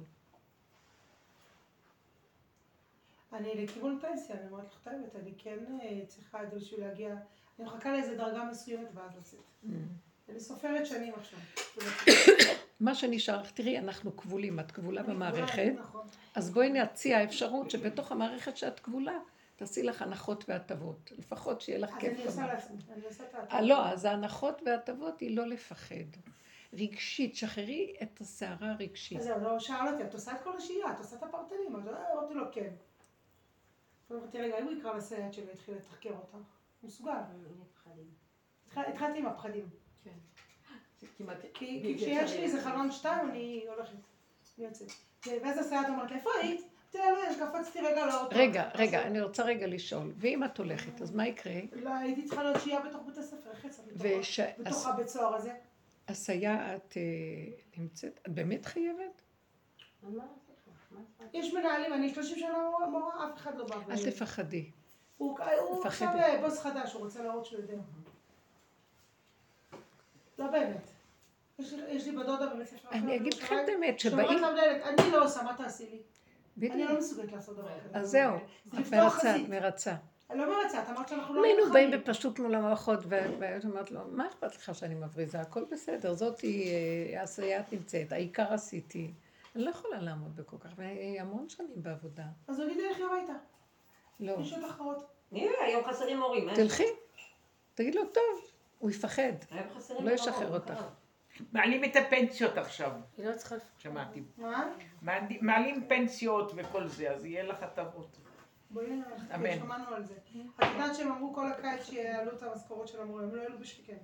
אני לכיוון פנסיה, אני אומרת לך את האמת, אני כן צריכה את זה בשביל להגיע, אני מחכה לאיזה דרגה מסוימת ואז לצאת. אני סופרת שנים עכשיו. מה שנשאר, תראי, אנחנו כבולים, את כבולה במערכת, אז בואי נציע אפשרות שבתוך המערכת שאת כבולה, תעשי לך הנחות והטבות, לפחות שיהיה לך כיף. אז אני עושה לעצמי, אני עושה את ההטבות. לא, אז ההנחות והטבות היא לא לפחד. רגשית, שחררי את הסערה הרגשית. אז זהו, שאל אותי, את עושה את כל השהייה, את עושה את הפרטנים, אז אמרתי לו כן. אמרתי, רגע, אם הוא יקרא לסייעת שלו, התחיל לתחקר אותה. הוא מסוגל. התחלתי עם הפחדים. כי כשיש לי איזה חלון שתיים, אני הולכת. אני יוצאת. ואז הסייעת אומרת, איפה היית? תראה, לא, קפצתי רגע לאוטו. רגע, רגע, אני רוצה רגע לשאול. ואם את הולכת, אז מה יקרה? לא, הייתי צריכה להיות שהייה בתוך בית הספר, חצה, בתוך הבית סוהר הזה. הסייעת נמצאת, את באמת חייבת? יש מנהלים, אני שלושים שנה מורה, אף אחד לא בא. אל תפחדי. הוא עכשיו בוס חדש, הוא רוצה להראות שהוא יודע. לא באמת. יש לי בדודה בבית ספר. אני אגיד לך את האמת, שבאים... שאומרת למנהלת, אני לא עושה, מה תעשי לי? אני לא מסוגלת לעשות דבר כזה. אז זהו, את מרצה, את מרצה. אני לא מרצה, את אמרת שאנחנו לא... היינו באים בפשוט מול המערכות, ואת אומרת לו, מה אכפת לך שאני מבריזה? הכל בסדר, זאתי, הסייעת נמצאת, העיקר עשיתי. אני לא יכולה לעמוד בכל כך, והמון שנים בעבודה. אז הוא יגיד לי, לכי הביתה. לא. יש עוד אחרות. נראה, היום חסרים מורים. תלכי, תגיד לו, טוב, הוא יפחד, לא ישחרר אותך. מעלים את הפנסיות עכשיו. היא לא צריכה... שמעתי. מה? מעלים פנסיות וכל זה, אז יהיה לך הטבות. בואי נראה, שמענו על זה. את יודעת שהם אמרו כל הקיץ שיעלו את המשכורות של המורים, הם לא העלו בשקל.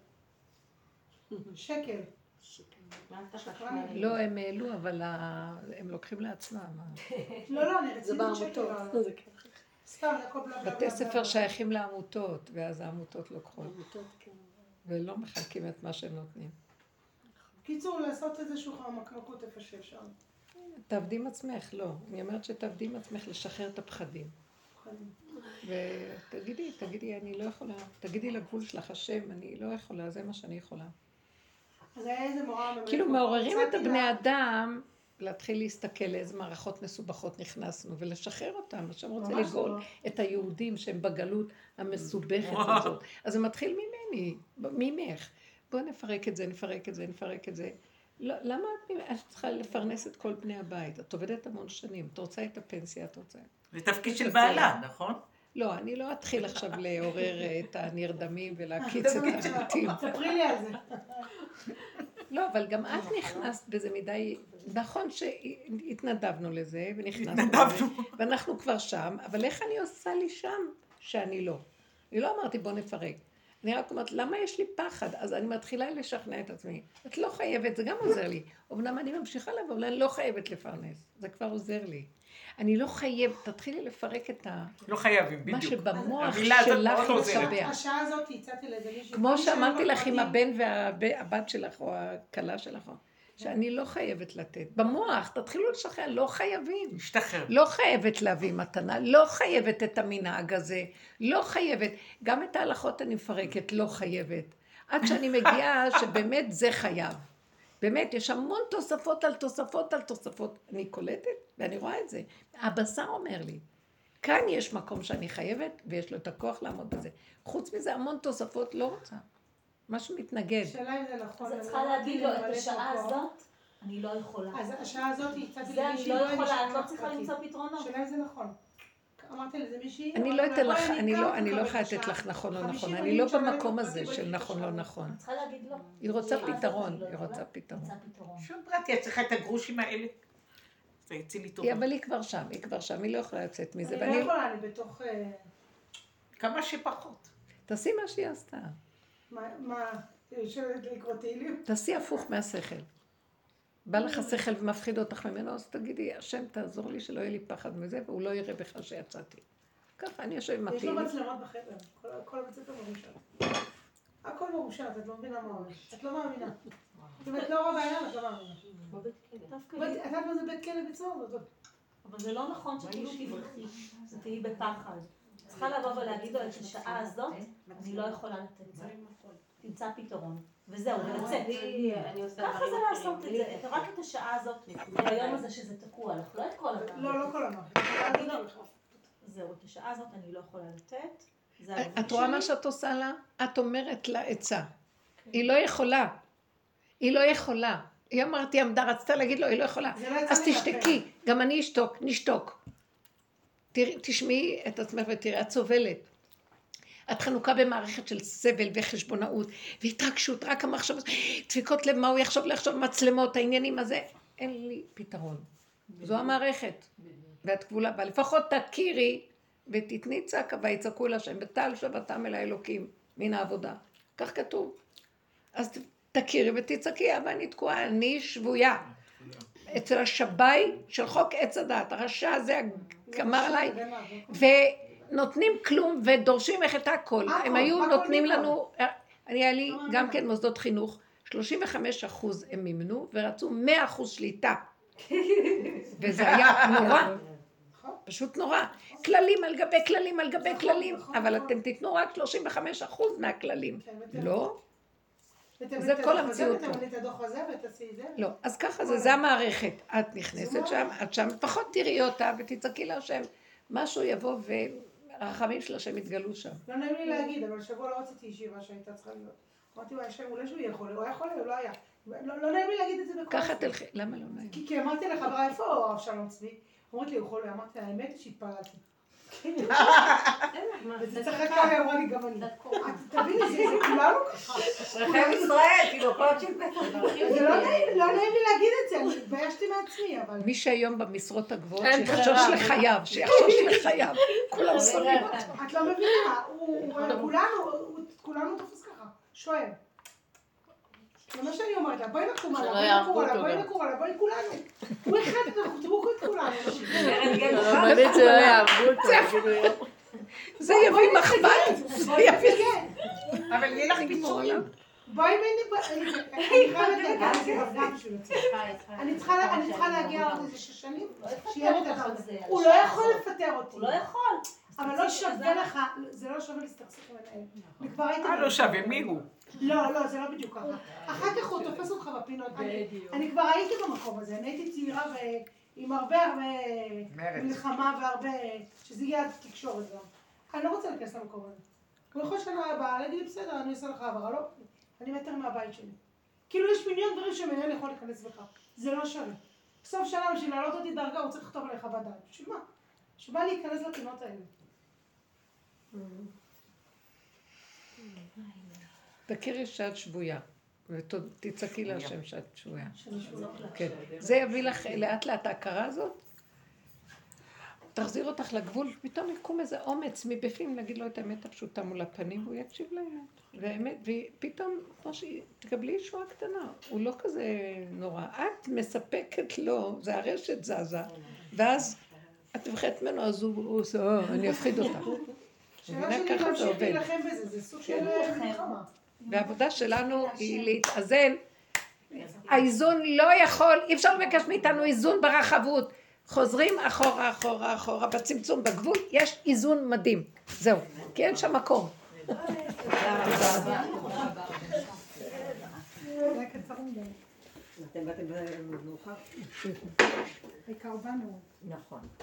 שקל. לא, הם העלו, אבל הם לוקחים לעצמם. לא, לא, אני רצינית שקל. סתם, הכל בלה בלה. בתי ספר שייכים לעמותות, ואז העמותות לוקחות. ולא מחלקים את מה שהם נותנים. קיצור, לעשות איזשהו חמקמקות איפה שאפשר. תעבדי עם עצמך, לא. אני אומרת שתעבדי עם עצמך לשחרר את הפחדים. ותגידי, תגידי, אני לא יכולה. תגידי לגבול שלך, השם, אני לא יכולה, זה מה שאני יכולה. אז היה איזה מורה... כאילו מעוררים את הבני אדם להתחיל להסתכל לאיזה מערכות מסובכות נכנסנו ולשחרר אותם. השם רוצה לגאול את היהודים שהם בגלות המסובכת הזאת. אז זה מתחיל ממני, ממך. בואו נפרק את זה, נפרק את זה, נפרק את זה. למה את צריכה לפרנס את כל בני הבית? את עובדת המון שנים, את רוצה את הפנסיה, את רוצה. זה תפקיד של בעלה, נכון? לא, אני לא אתחיל עכשיו לעורר את הנרדמים ולהקיץ את הבתים. ספרי לי על זה. לא, אבל גם את נכנסת בזה מדי, נכון שהתנדבנו לזה ונכנסנו לזה, ואנחנו כבר שם, אבל איך אני עושה לי שם שאני לא? אני לא אמרתי בוא נפרק. אני רק אומרת, למה יש לי פחד? אז אני מתחילה לשכנע את עצמי. את לא חייבת, זה גם עוזר לי. אמנם אני ממשיכה לבוא, אבל אני לא חייבת לפרנס. זה כבר עוזר לי. אני לא חייבת, תתחילי לפרק את ה... לא חייבים, בדיוק. מה שבמוח שלך יצבע. השעה הזאת הצעתי לזה מישהו... כמו שאמרתי לך עם הבן והבת שלך, או הכלה שלך, שאני לא חייבת לתת. במוח, תתחילו לשחרר, לא חייבים. משתחרר. לא חייבת להביא מתנה, לא חייבת את המנהג הזה, לא חייבת. גם את ההלכות אני מפרקת, לא חייבת. עד שאני מגיעה שבאמת זה חייב. באמת, יש המון תוספות על תוספות על תוספות. אני קולטת ואני רואה את זה. הבשר אומר לי, כאן יש מקום שאני חייבת ויש לו את הכוח לעמוד בזה. חוץ מזה, המון תוספות לא רוצה. משהו מתנגד. שאלה אם זה נכון. אז את צריכה להגיד לו, את השעה הזאת, אני לא יכולה. אז השעה הזאת היא קצת... זה אני לא יכולה, את לא צריכה למצוא פתרונות. שאלה אם זה נכון. אמרתי לזה מישהי... אני לא אתן לך, אני לא, אני לא יכולה לתת לך נכון או נכון. אני לא במקום הזה של נכון לא נכון. את צריכה להגיד לא. היא רוצה פתרון, היא רוצה פתרון. שום פרטי, את צריכה את הגרושים האלה. זה יציא לי טובה. אבל היא כבר שם, היא כבר שם, היא לא יכולה לצאת מזה. אני לא יכולה, אני בתוך... כמה שפחות. תעשי מה שהיא עשתה. מה? יושבת לקרוא תהילים? תעשי הפוך מהשכל. בא לך השכל ומפחיד אותך ממנו, אז תגידי, השם תעזור לי שלא יהיה לי פחד מזה, והוא לא יראה בכלל שיצאתי. ככה אני יושב עם התהילים. יש לו מצלמות בחדר, כל הבית ספר מרושת. הכל מרושת, את לא מבינה מה אומר. את לא מאמינה. אם את לא רואה בעיניים, את לא מאמינה. את יודעת מה זה בית כלא בצורה? אבל זה לא נכון שכאילו תברחי, זה תהיי בפחד. צריכה לבוא ולהגיד לו את השעה הזאת, אני לא יכולה לתת זה. תמצא פתרון. וזהו, ולצאת. ככה זה לעשות את זה, רק את השעה הזאת, ביום הזה שזה תקוע לך, לא את כל המערכת. לא, לא כל המערכת. זהו, את השעה הזאת אני לא יכולה לתת. את רואה מה שאת עושה לה? את אומרת לה עצה. היא לא יכולה. היא לא יכולה. היא אמרתי, עמדה, רצתה להגיד לו, היא לא יכולה. אז תשתקי, גם אני אשתוק, נשתוק. תשמעי את עצמך ותראי, את סובלת. את חנוכה במערכת של סבל וחשבונאות והתרגשות, רק המחשבות, דפיקות לב, מה הוא יחשוב לחשוב, מצלמות, העניינים הזה. אין לי פתרון. זו המערכת. ואת כבולה בה. לפחות תכירי ותתני צעקה ויצעקו אל השם, ותעל שבתם אל האלוקים מן העבודה. כך כתוב. אז תכירי ותצעקי, אבל אני תקועה, אני שבויה. אצל השבי של חוק עץ הדת, הרשע הזה גמר עליי, ונותנים כלום ודורשים איך את הכל. הם היו נותנים לנו, אני היה לי גם כן מוסדות חינוך, שלושים וחמישה אחוז הם מימנו ורצו מאה אחוז שליטה. וזה היה נורא, פשוט נורא. כללים על גבי כללים על גבי כללים, אבל אתם תיתנו רק שלושים וחמישה אחוז מהכללים. לא? זה כל המציאות פה. לא, אז ככה זה, זה המערכת. את נכנסת שם, את שם, פחות תראי אותה ותצעקי להשם. משהו יבוא והרחמים של השם יתגלו שם. לא נעים לי להגיד, אבל שבוע לא רציתי ישיבה שהייתה צריכה להיות. אמרתי, השם, אולי שהוא יכול, הוא היה יכול, הוא לא היה. לא נעים לי להגיד את זה בכל... ככה תלכי, למה לא נעים? כי אמרתי לחברה, איפה הרב שלום צבי? אמרתי לי, הוא יכול, אמרתי, האמת היא שהתפעלתי. וזה צחקה לי, אמרה לי גם אני. תביני, זה כולנו ככה. רחם ישראל, תינוקות של פתח. זה לא נעים לי להגיד את זה, אני התביישתי מעצמי, אבל... מי שהיום במשרות הגבוהות, שיחשוש לחייו, שיחשוש לחייו. כולם שונאים אותו. את לא מבינה, כולנו תופס ככה, שואל. זה מה שאני אומרת לה, בואי נקום עליו, בואי נקום עליו, בואי נקום עליו, בואי כולנו. הוא אחד, אנחנו תראו את כולנו. רבנית זה לא יעברו אותו. זה יביא מחבת. זה יביא... אבל יהיה לך פיצוי. בואי מני, אני חייבת להגיע, אני צריכה להגיע עוד איזה שש שנים, שיהיה לי דבר הזה. הוא לא יכול לפטר אותי. הוא לא יכול. אבל לא שווה לך, זה לא שווה להסתכסך עם אה, לא שווה, מי הוא? לא, לא, זה לא בדיוק ככה. אחר כך הוא תופס אותך בפינות. אני כבר הייתי במקום הזה, אני הייתי צעירה עם הרבה הרבה מלחמה והרבה, שזה יהיה עד תקשורת גם. אני לא רוצה להיכנס למקום הזה. הוא יכול שנה הבאה, להגיד לי בסדר, אני אעשה לך העברה, לא? אני מטר מהבית שלי. כאילו יש מיליון דברים שמנהל יכול להיכנס בך. זה לא שווה. בסוף שנה בשביל להעלות אותי דרגה, הוא צריך לכתוב עליך חוות דעת. בשביל מה? שבא להיכנס לפינות האלה. תכירי שאת שבויה, ותצעקי להשם שאת שבויה. כן. זה יביא לך לאט לאט ההכרה הזאת, תחזיר אותך לגבול, פתאום יקום איזה אומץ מבפנים להגיד לו את האמת הפשוטה מול הפנים, והוא יקשיב לאמת. והאמת, ופתאום, כמו שתקבלי ישועה קטנה, הוא לא כזה נורא. את מספקת לו, זה הרשת זזה, ואז את מבחנת ממנו, אז הוא עושה, אה, אני אפחיד אותך. שאלה שלי להמשיך להילחם בזה, זה סוג של מלחמה. והעבודה שלנו היא להתאזן האיזון לא יכול, אי אפשר לבקש מאיתנו איזון ברחבות. חוזרים אחורה, אחורה, אחורה, בצמצום, בגבול, יש איזון מדהים. זהו, כי אין שם מקום. אתם באתם מאוחר? העיקר בנו. נכון.